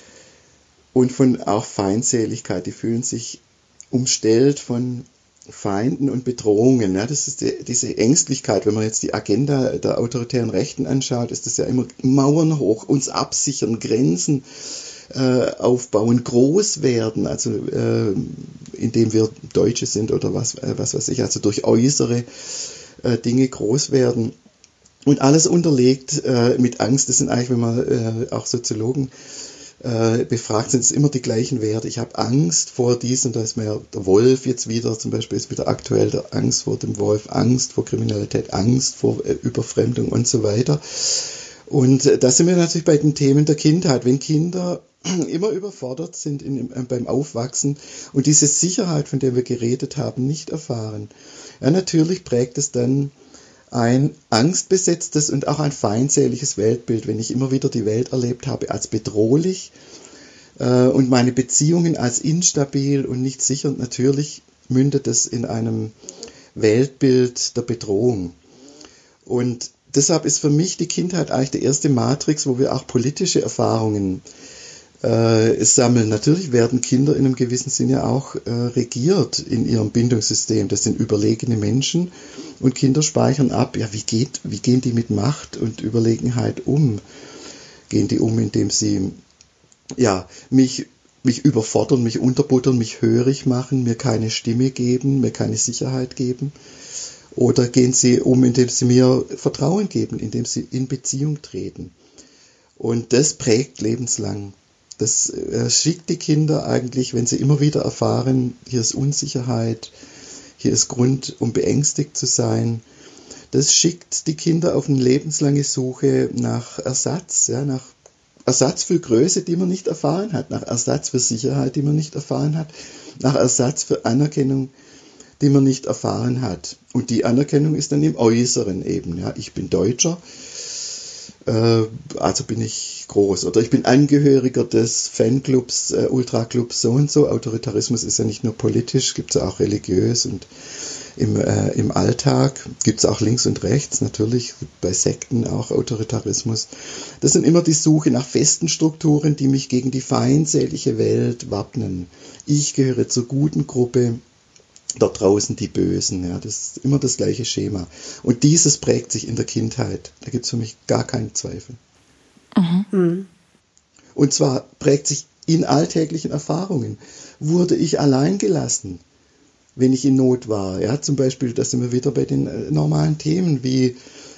Und von auch Feindseligkeit. Die fühlen sich umstellt von Feinden und Bedrohungen. Ja, das ist die, diese Ängstlichkeit. Wenn man jetzt die Agenda der autoritären Rechten anschaut, ist das ja immer Mauern hoch, uns absichern, Grenzen äh, aufbauen, groß werden, also äh, indem wir Deutsche sind oder was, äh, was weiß ich, also durch äußere äh, Dinge groß werden. Und alles unterlegt äh, mit Angst. Das sind eigentlich, wenn man äh, auch Soziologen Äh, befragt, sind es immer die gleichen Werte. Ich habe Angst vor diesem, da ist mir ja der Wolf jetzt wieder, zum Beispiel ist wieder aktuell der Angst vor dem Wolf, Angst vor Kriminalität, Angst vor äh, Überfremdung und so weiter. Und äh, da sind wir natürlich bei den Themen der Kindheit. Wenn Kinder immer überfordert sind in, äh, beim Aufwachsen und diese Sicherheit, von der wir geredet haben, nicht erfahren, ja, natürlich prägt es dann ein angstbesetztes und auch ein feindseliges Weltbild, wenn ich immer wieder die Welt erlebt habe als bedrohlich äh, und meine Beziehungen als instabil und nicht sicher. Und natürlich mündet es in einem Weltbild der Bedrohung. Und deshalb ist für mich die Kindheit eigentlich die erste Matrix, wo wir auch politische Erfahrungen äh, sammeln. Natürlich werden Kinder in einem gewissen Sinne auch äh, regiert in ihrem Bindungssystem. Das sind überlegene Menschen und Kinder speichern ab, ja, wie geht, wie gehen die mit Macht und Überlegenheit um? Gehen die um, indem sie, ja, mich, mich überfordern, mich unterbuttern, mich hörig machen, mir keine Stimme geben, mir keine Sicherheit geben? Oder gehen sie um, indem sie mir Vertrauen geben, indem sie in Beziehung treten? Und das prägt lebenslang. Das äh, schickt die Kinder eigentlich, wenn sie immer wieder erfahren, hier ist Unsicherheit, hier ist Grund, um beängstigt zu sein. Das schickt die Kinder auf eine lebenslange Suche nach Ersatz, ja, nach Ersatz für Größe, die man nicht erfahren hat, nach Ersatz für Sicherheit, die man nicht erfahren hat, nach Ersatz für Anerkennung, die man nicht erfahren hat. Und die Anerkennung ist dann im Äußeren eben. Ja, ich bin Deutscher, äh, also bin ich groß. Oder ich bin Angehöriger des Fanclubs, äh, Ultraclubs so und so. Autoritarismus ist ja nicht nur politisch, gibt es auch religiös und im, äh, im Alltag. Gibt es auch links und rechts, natürlich bei Sekten auch Autoritarismus. Das sind immer die Suche nach festen Strukturen, die mich gegen die feindselige Welt wappnen. Ich gehöre zur guten Gruppe, da draußen die Bösen. Ja, das ist immer das gleiche Schema. Und dieses prägt sich in der Kindheit. Da gibt es für mich gar keinen Zweifel. Mhm. Und zwar prägt sich in alltäglichen Erfahrungen. Wurde ich allein gelassen, wenn ich in Not war? Ja, zum Beispiel, da sind wir wieder bei den äh, normalen Themen wie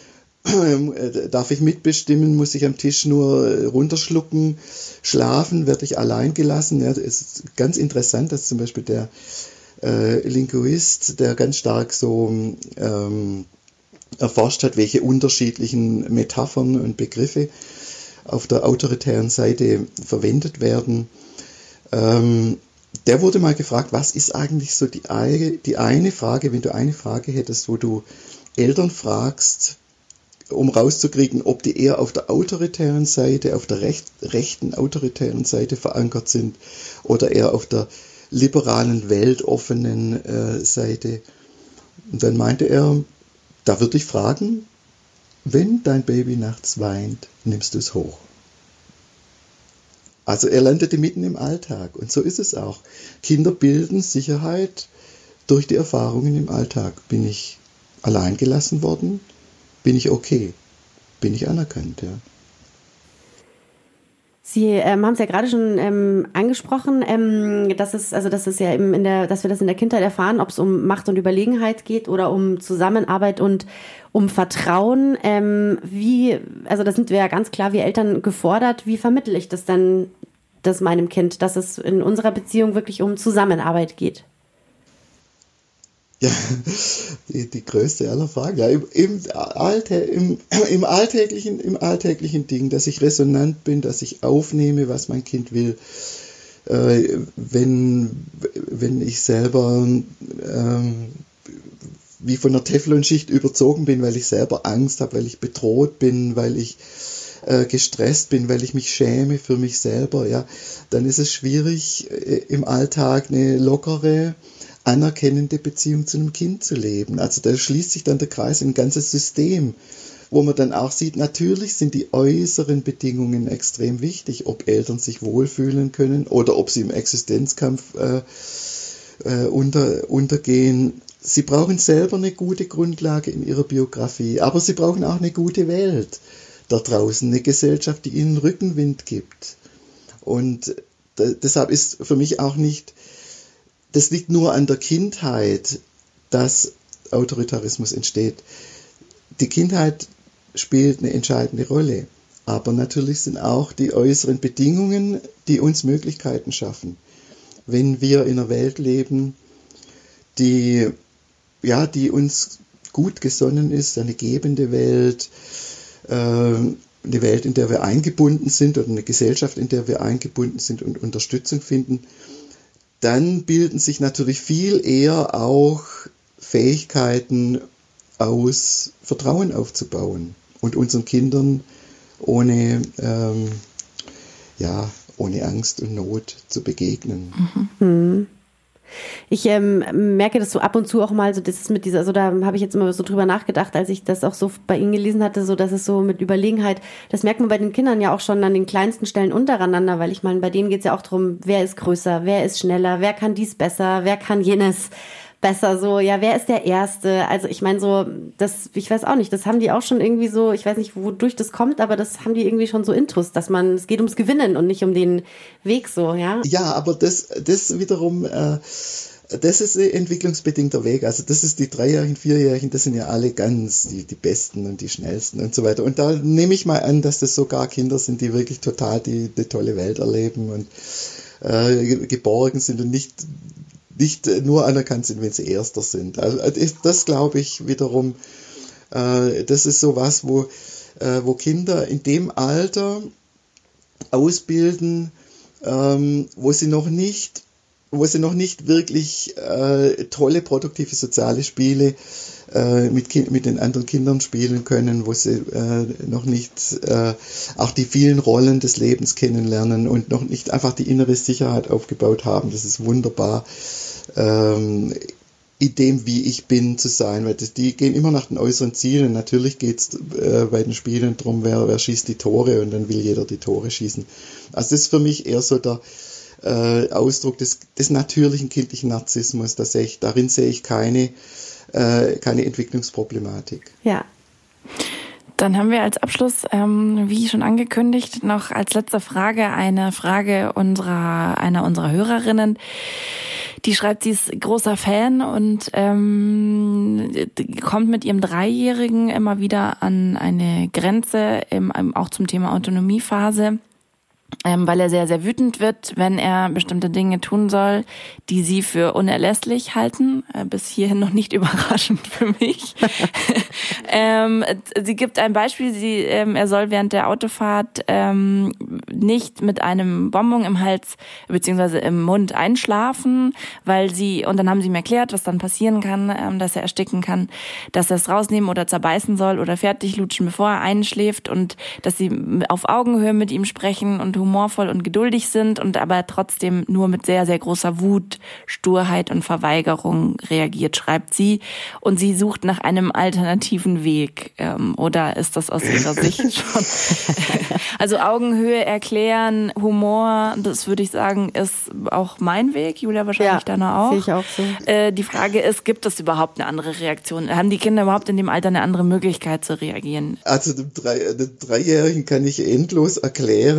äh, darf ich mitbestimmen, muss ich am Tisch nur äh, runterschlucken, schlafen, werde ich allein gelassen? Ja, es ist ganz interessant, dass zum Beispiel der äh, Linguist, der ganz stark so ähm, erforscht hat, welche unterschiedlichen Metaphern und Begriffe auf der autoritären Seite verwendet werden. Ähm, der wurde mal gefragt, was ist eigentlich so die, die eine Frage, wenn du eine Frage hättest, wo du Eltern fragst, um rauszukriegen, ob die eher auf der autoritären Seite, auf der recht, rechten autoritären Seite verankert sind oder eher auf der liberalen, weltoffenen äh, Seite. Und dann meinte er, da würde ich fragen, wenn dein Baby nachts weint, nimmst du es hoch. Also er landete mitten im Alltag. Und so ist es auch. Kinder bilden Sicherheit durch die Erfahrungen im Alltag. Bin ich allein gelassen worden? Bin ich okay? Bin ich anerkannt? Ja. Sie ähm, haben es ja gerade schon ähm, angesprochen, ähm, dass es also dass es ja eben in der, dass wir das in der Kindheit erfahren, ob es um Macht und Überlegenheit geht oder um Zusammenarbeit und um Vertrauen. Ähm, wie, also da sind wir ja ganz klar, wir Eltern gefordert. Wie vermittle ich das denn, das meinem Kind, dass es in unserer Beziehung wirklich um Zusammenarbeit geht? Ja, die, die größte aller Fragen. Ja, im, im, Alltä- im, im, alltäglichen, im alltäglichen Ding, dass ich resonant bin, dass ich aufnehme, was mein Kind will. Äh, wenn, wenn ich selber ähm, wie von einer Teflonschicht überzogen bin, weil ich selber Angst habe, weil ich bedroht bin, weil ich äh, gestresst bin, weil ich mich schäme für mich selber, ja, dann ist es schwierig, äh, im Alltag eine lockere, anerkennende Beziehung zu einem Kind zu leben. Also da schließt sich dann der Kreis in ein ganzes System, wo man dann auch sieht, natürlich sind die äußeren Bedingungen extrem wichtig, ob Eltern sich wohlfühlen können oder ob sie im Existenzkampf äh, äh, unter, untergehen. Sie brauchen selber eine gute Grundlage in ihrer Biografie, aber sie brauchen auch eine gute Welt da draußen, eine Gesellschaft, die ihnen Rückenwind gibt. Und d- deshalb ist für mich auch nicht Das liegt nur an der Kindheit, dass Autoritarismus entsteht. Die Kindheit spielt eine entscheidende Rolle, aber natürlich sind auch die äußeren Bedingungen, die uns Möglichkeiten schaffen. Wenn wir in einer Welt leben, die, ja, die uns gut gesonnen ist, eine gebende Welt, äh, eine Welt, in der wir eingebunden sind oder eine Gesellschaft, in der wir eingebunden sind und Unterstützung finden, dann bilden sich natürlich viel eher auch Fähigkeiten aus, Vertrauen aufzubauen und unseren Kindern ohne, ähm, ja, ohne Angst und Not zu begegnen. Mhm. Ich ähm, merke das so ab und zu auch mal, so das ist mit dieser, also da habe ich jetzt immer so drüber nachgedacht, als ich das auch so bei Ihnen gelesen hatte, so dass es so mit Überlegenheit, das merkt man bei den Kindern ja auch schon an den kleinsten Stellen untereinander, weil ich meine, bei denen geht es ja auch darum, wer ist größer, wer ist schneller, wer kann dies besser, wer kann jenes besser, so, ja, wer ist der Erste? Also ich meine so, das, ich weiß auch nicht, das haben die auch schon irgendwie so, ich weiß nicht, wodurch das kommt, aber das haben die irgendwie schon so Intus, dass man, es geht ums Gewinnen und nicht um den Weg so, ja? Ja, aber das, das wiederum, äh, das ist ein entwicklungsbedingter Weg. Also das ist die Dreijährigen, Vierjährigen, das sind ja alle ganz die, die Besten und die Schnellsten und so weiter. Und da nehme ich mal an, dass das sogar Kinder sind, die wirklich total die, die tolle Welt erleben und äh, geborgen sind und nicht nicht nur anerkannt sind, wenn sie Erster sind. Also das glaube ich wiederum, äh, das ist so was, wo, äh, wo Kinder in dem Alter ausbilden, ähm, wo sie noch nicht, wo sie noch nicht wirklich äh, tolle, produktive soziale Spiele äh, mit, kind, mit den anderen Kindern spielen können, wo sie äh, noch nicht äh, auch die vielen Rollen des Lebens kennenlernen und noch nicht einfach die innere Sicherheit aufgebaut haben. Das ist wunderbar. Ähm, in dem, wie ich bin, zu sein, weil das, die gehen immer nach den äußeren Zielen. Natürlich geht es äh, bei den Spielen darum, wer, wer schießt die Tore und dann will jeder die Tore schießen. Also das ist für mich eher so der äh, Ausdruck des, des natürlichen kindlichen Narzissmus. Da sehe ich, darin sehe ich keine, äh, keine Entwicklungsproblematik. Ja. Dann haben wir als Abschluss, ähm, wie schon angekündigt, noch als letzte Frage eine Frage unserer einer unserer Hörerinnen. Die schreibt, sie ist großer Fan und ähm, kommt mit ihrem Dreijährigen immer wieder an eine Grenze, im, auch zum Thema Autonomiephase. Ähm, weil er sehr, sehr wütend wird, wenn er bestimmte Dinge tun soll, die sie für unerlässlich halten. Äh, bis hierhin noch nicht überraschend für mich. ähm, sie gibt ein Beispiel, sie, ähm, er soll während der Autofahrt ähm, nicht mit einem Bonbon im Hals beziehungsweise im Mund einschlafen, weil sie, und dann haben sie ihm erklärt, was dann passieren kann, ähm, dass er ersticken kann, dass er es rausnehmen oder zerbeißen soll oder fertig lutschen, bevor er einschläft, und dass sie auf Augenhöhe mit ihm sprechen und humorvoll und geduldig sind und aber trotzdem nur mit sehr, sehr großer Wut, Sturheit und Verweigerung reagiert, schreibt sie. Und sie sucht nach einem alternativen Weg. Ähm, oder ist das aus ihrer Sicht schon? Also Augenhöhe erklären, Humor, das würde ich sagen, ist auch mein Weg. Julia wahrscheinlich ja, dann auch. Sehe ich auch so. Äh, die Frage ist, gibt es überhaupt eine andere Reaktion? Haben die Kinder überhaupt in dem Alter eine andere Möglichkeit zu reagieren? Also dem, Drei, dem Dreijährigen kann ich endlos erklären, äh,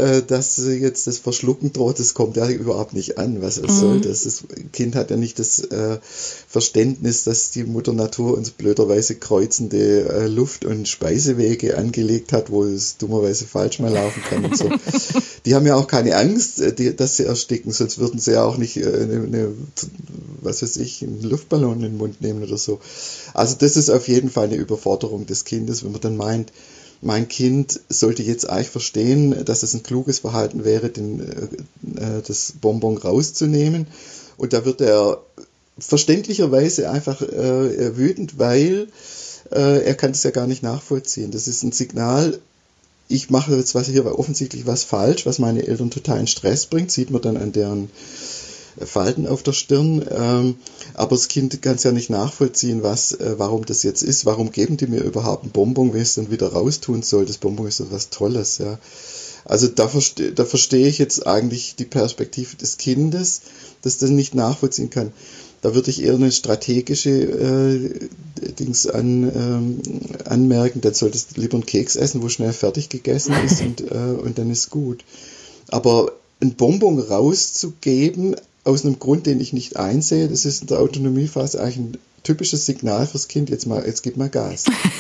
äh, dass jetzt das Verschlucken droht, das kommt ja überhaupt nicht an. Was es mhm. soll das? Das Kind hat ja nicht das äh, Verständnis, dass die Mutter Natur uns blöderweise kreuzende äh, Luft- und Speisewege angelegt hat, wo es dummerweise falsch mal laufen kann und so. Die haben ja auch keine Angst, die, dass sie ersticken, sonst würden sie ja auch nicht äh, eine, eine, was weiß ich, einen Luftballon in den Mund nehmen oder so. Also das ist auf jeden Fall eine Überforderung des Kindes, wenn man dann meint, mein Kind sollte jetzt eigentlich verstehen, dass es ein kluges Verhalten wäre, den, äh, das Bonbon rauszunehmen. Und da wird er verständlicherweise einfach äh, wütend, weil äh, er kann das ja gar nicht nachvollziehen. Das ist ein Signal, ich mache jetzt was hier offensichtlich was falsch, was meine Eltern total in Stress bringt, sieht man dann an deren Falten auf der Stirn, ähm, aber das Kind kann es ja nicht nachvollziehen, was, äh, warum das jetzt ist, warum geben die mir überhaupt ein Bonbon, wenn ich es dann wieder raustun soll, das Bonbon ist so was Tolles, ja. Also da, verste- da verstehe ich jetzt eigentlich die Perspektive des Kindes, das das nicht nachvollziehen kann. Da würde ich eher eine strategische äh, Dings an, ähm, anmerken, dann solltest du lieber einen Keks essen, wo schnell fertig gegessen ist und, äh, und dann ist gut. Aber ein Bonbon rauszugeben, aus einem Grund, den ich nicht einsehe, das ist in der Autonomiephase eigentlich ein typisches Signal fürs Kind, jetzt mal, jetzt gib mal Gas.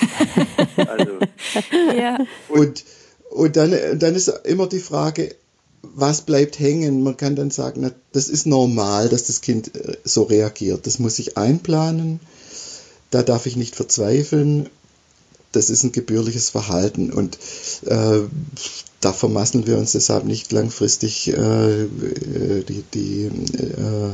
Also. Ja. Und, und dann, dann ist immer die Frage, was bleibt hängen? Man kann dann sagen, na, das ist normal, dass das Kind so reagiert. Das muss ich einplanen, da darf ich nicht verzweifeln. Das ist ein gebührliches Verhalten und äh, da vermasseln wir uns deshalb nicht langfristig äh, die, die, äh,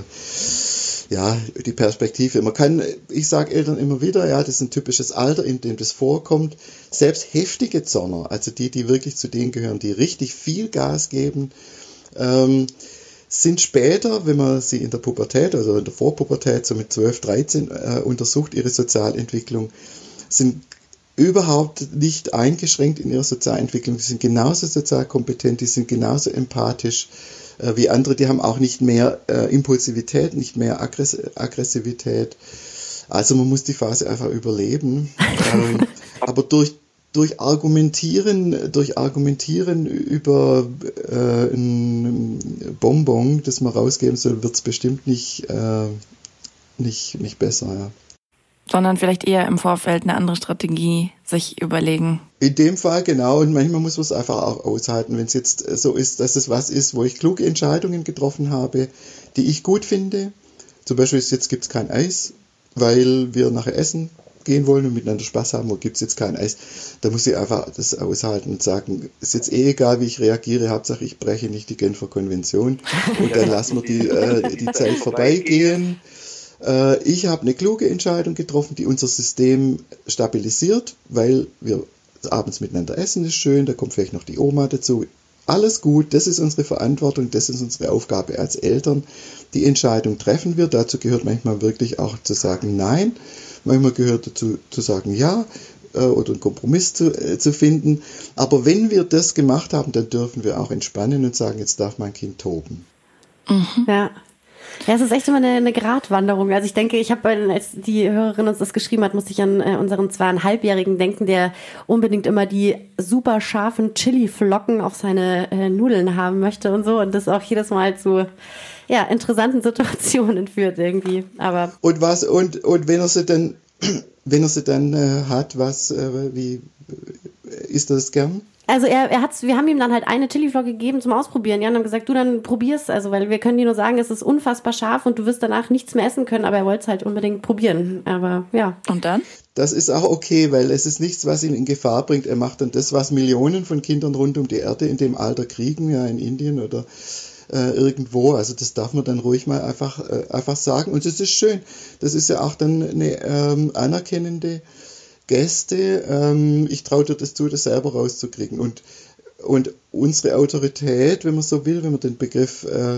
ja, die Perspektive. Man kann, ich sage Eltern immer wieder, ja, das ist ein typisches Alter, in dem das vorkommt. Selbst heftige Zorner, also die, die wirklich zu denen gehören, die richtig viel Gas geben, ähm, sind später, wenn man sie in der Pubertät oder in der Vorpubertät, so mit zwölf, dreizehn äh, untersucht, ihre Sozialentwicklung, sind überhaupt nicht eingeschränkt in ihrer Sozialentwicklung. Die sind genauso sozial kompetent, die sind genauso empathisch äh, wie andere. Die haben auch nicht mehr äh, Impulsivität, nicht mehr Aggress- Aggressivität. Also man muss die Phase einfach überleben. ähm, aber durch durch Argumentieren, durch Argumentieren über äh, ein Bonbon, das man rausgeben soll, wird es bestimmt nicht äh, nicht nicht besser. Ja. Sondern vielleicht eher im Vorfeld eine andere Strategie sich überlegen. In dem Fall genau, und manchmal muss man es einfach auch aushalten, wenn es jetzt so ist, dass es was ist, wo ich kluge Entscheidungen getroffen habe, die ich gut finde. Zum Beispiel ist, jetzt gibt es kein Eis, weil wir nachher essen gehen wollen und miteinander Spaß haben, wo gibt es jetzt kein Eis. Da muss ich einfach das aushalten und sagen, ist jetzt eh egal, wie ich reagiere, Hauptsache ich breche nicht die Genfer Konvention und dann lassen wir die, äh, die Zeit vorbeigehen. Ich habe eine kluge Entscheidung getroffen, die unser System stabilisiert, weil wir abends miteinander essen, ist schön, da kommt vielleicht noch die Oma dazu. Alles gut, das ist unsere Verantwortung, das ist unsere Aufgabe als Eltern. Die Entscheidung treffen wir, dazu gehört manchmal wirklich auch zu sagen Nein, manchmal gehört dazu zu sagen Ja oder einen Kompromiss zu, äh, zu finden. Aber wenn wir das gemacht haben, dann dürfen wir auch entspannen und sagen, jetzt darf mein Kind toben. Mhm. Ja. Ja, es ist echt immer eine, eine Gratwanderung. Also ich denke, ich habe, als die Hörerin uns das geschrieben hat, musste ich an äh, unseren zweieinhalbjährigen denken, der unbedingt immer die super scharfen Chili-Flocken auf seine äh, Nudeln haben möchte und so und das auch jedes Mal zu ja, interessanten Situationen führt irgendwie. Aber und was und und wenn er sie dann, wenn er sie dann äh, hat, was äh, wie äh, isst er das gern? Also er, er hat's, wir haben ihm dann halt eine Chiliflocke gegeben zum Ausprobieren. Ja, und haben gesagt, du dann probier's, also weil wir können dir nur sagen, es ist unfassbar scharf und du wirst danach nichts mehr essen können, aber er wollte es halt unbedingt probieren. Aber ja. Und dann? Das ist auch okay, weil es ist nichts, was ihn in Gefahr bringt. Er macht dann das, was Millionen von Kindern rund um die Erde in dem Alter kriegen, ja in Indien oder äh, irgendwo. Also das darf man dann ruhig mal einfach äh, einfach sagen. Und das ist schön. Das ist ja auch dann eine ähm, anerkennende Gäste, ähm, ich traue dir das zu, das selber rauszukriegen. Und, und unsere Autorität, wenn man so will, wenn man den Begriff äh,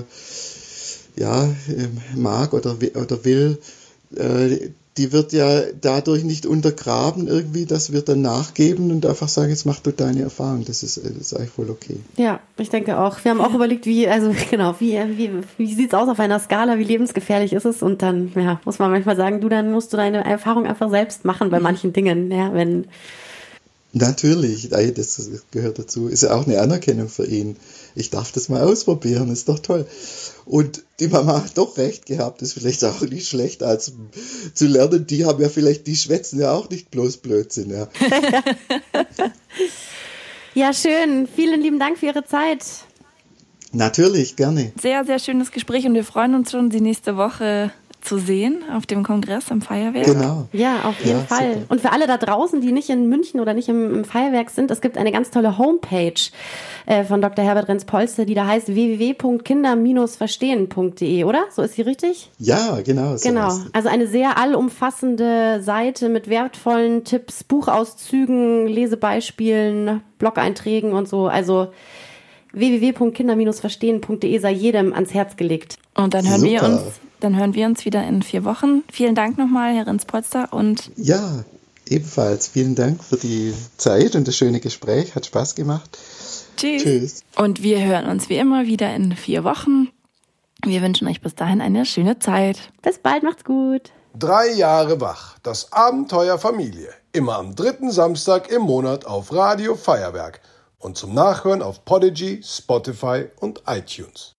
ja, mag oder, oder will, äh, die wird ja dadurch nicht untergraben irgendwie, dass wir dann nachgeben und einfach sagen, jetzt mach du deine Erfahrung. Das ist, das ist eigentlich voll okay. Ja, ich denke auch. Wir haben auch überlegt, wie, also genau, wie, wie, wie sieht's aus auf einer Skala, wie lebensgefährlich ist es? Und dann, ja, muss man manchmal sagen, du, dann musst du deine Erfahrung einfach selbst machen bei manchen Dingen, ja, wenn Natürlich, das gehört dazu. Ist ja auch eine Anerkennung für ihn. Ich darf das mal ausprobieren, ist doch toll. Und die Mama hat doch recht gehabt, ist vielleicht auch nicht schlecht, als zu lernen. Die haben ja vielleicht, die schwätzen ja auch nicht bloß Blödsinn. Ja, ja, schön. Vielen lieben Dank für Ihre Zeit. Natürlich, gerne. Sehr, sehr schönes Gespräch und wir freuen uns schon, Sie nächste Woche zu sehen auf dem Kongress im Feuerwerk. Genau. Ja, auf jeden Ja, Fall. super. Und für alle da draußen, die nicht in München oder nicht im, im Feuerwerk sind, es gibt eine ganz tolle Homepage äh, von Doktor Herbert Renz-Polster, die da heißt w w w punkt kinder Bindestrich verstehen punkt d e, oder? So ist sie richtig? Ja, genau. So Genau. heißt es. Also eine sehr allumfassende Seite mit wertvollen Tipps, Buchauszügen, Lesebeispielen, Blog-Einträgen und so. Also w w w punkt kinder Bindestrich verstehen punkt d e sei jedem ans Herz gelegt. Und dann hören wir Super. uns, dann hören wir uns wieder in vier Wochen. Vielen Dank nochmal, Herr Renz-Polster, und Ja, ebenfalls. Vielen Dank für die Zeit und das schöne Gespräch. Hat Spaß gemacht. tschüss. Tschüss. Und wir hören uns wie immer wieder in vier Wochen. Wir wünschen euch bis dahin eine schöne Zeit. Bis bald, macht's gut. Drei Jahre wach. Das Abenteuer Familie. Immer am dritten Samstag im Monat auf Radio Feuerwerk. Und zum Nachhören auf Podigy, Spotify und iTunes.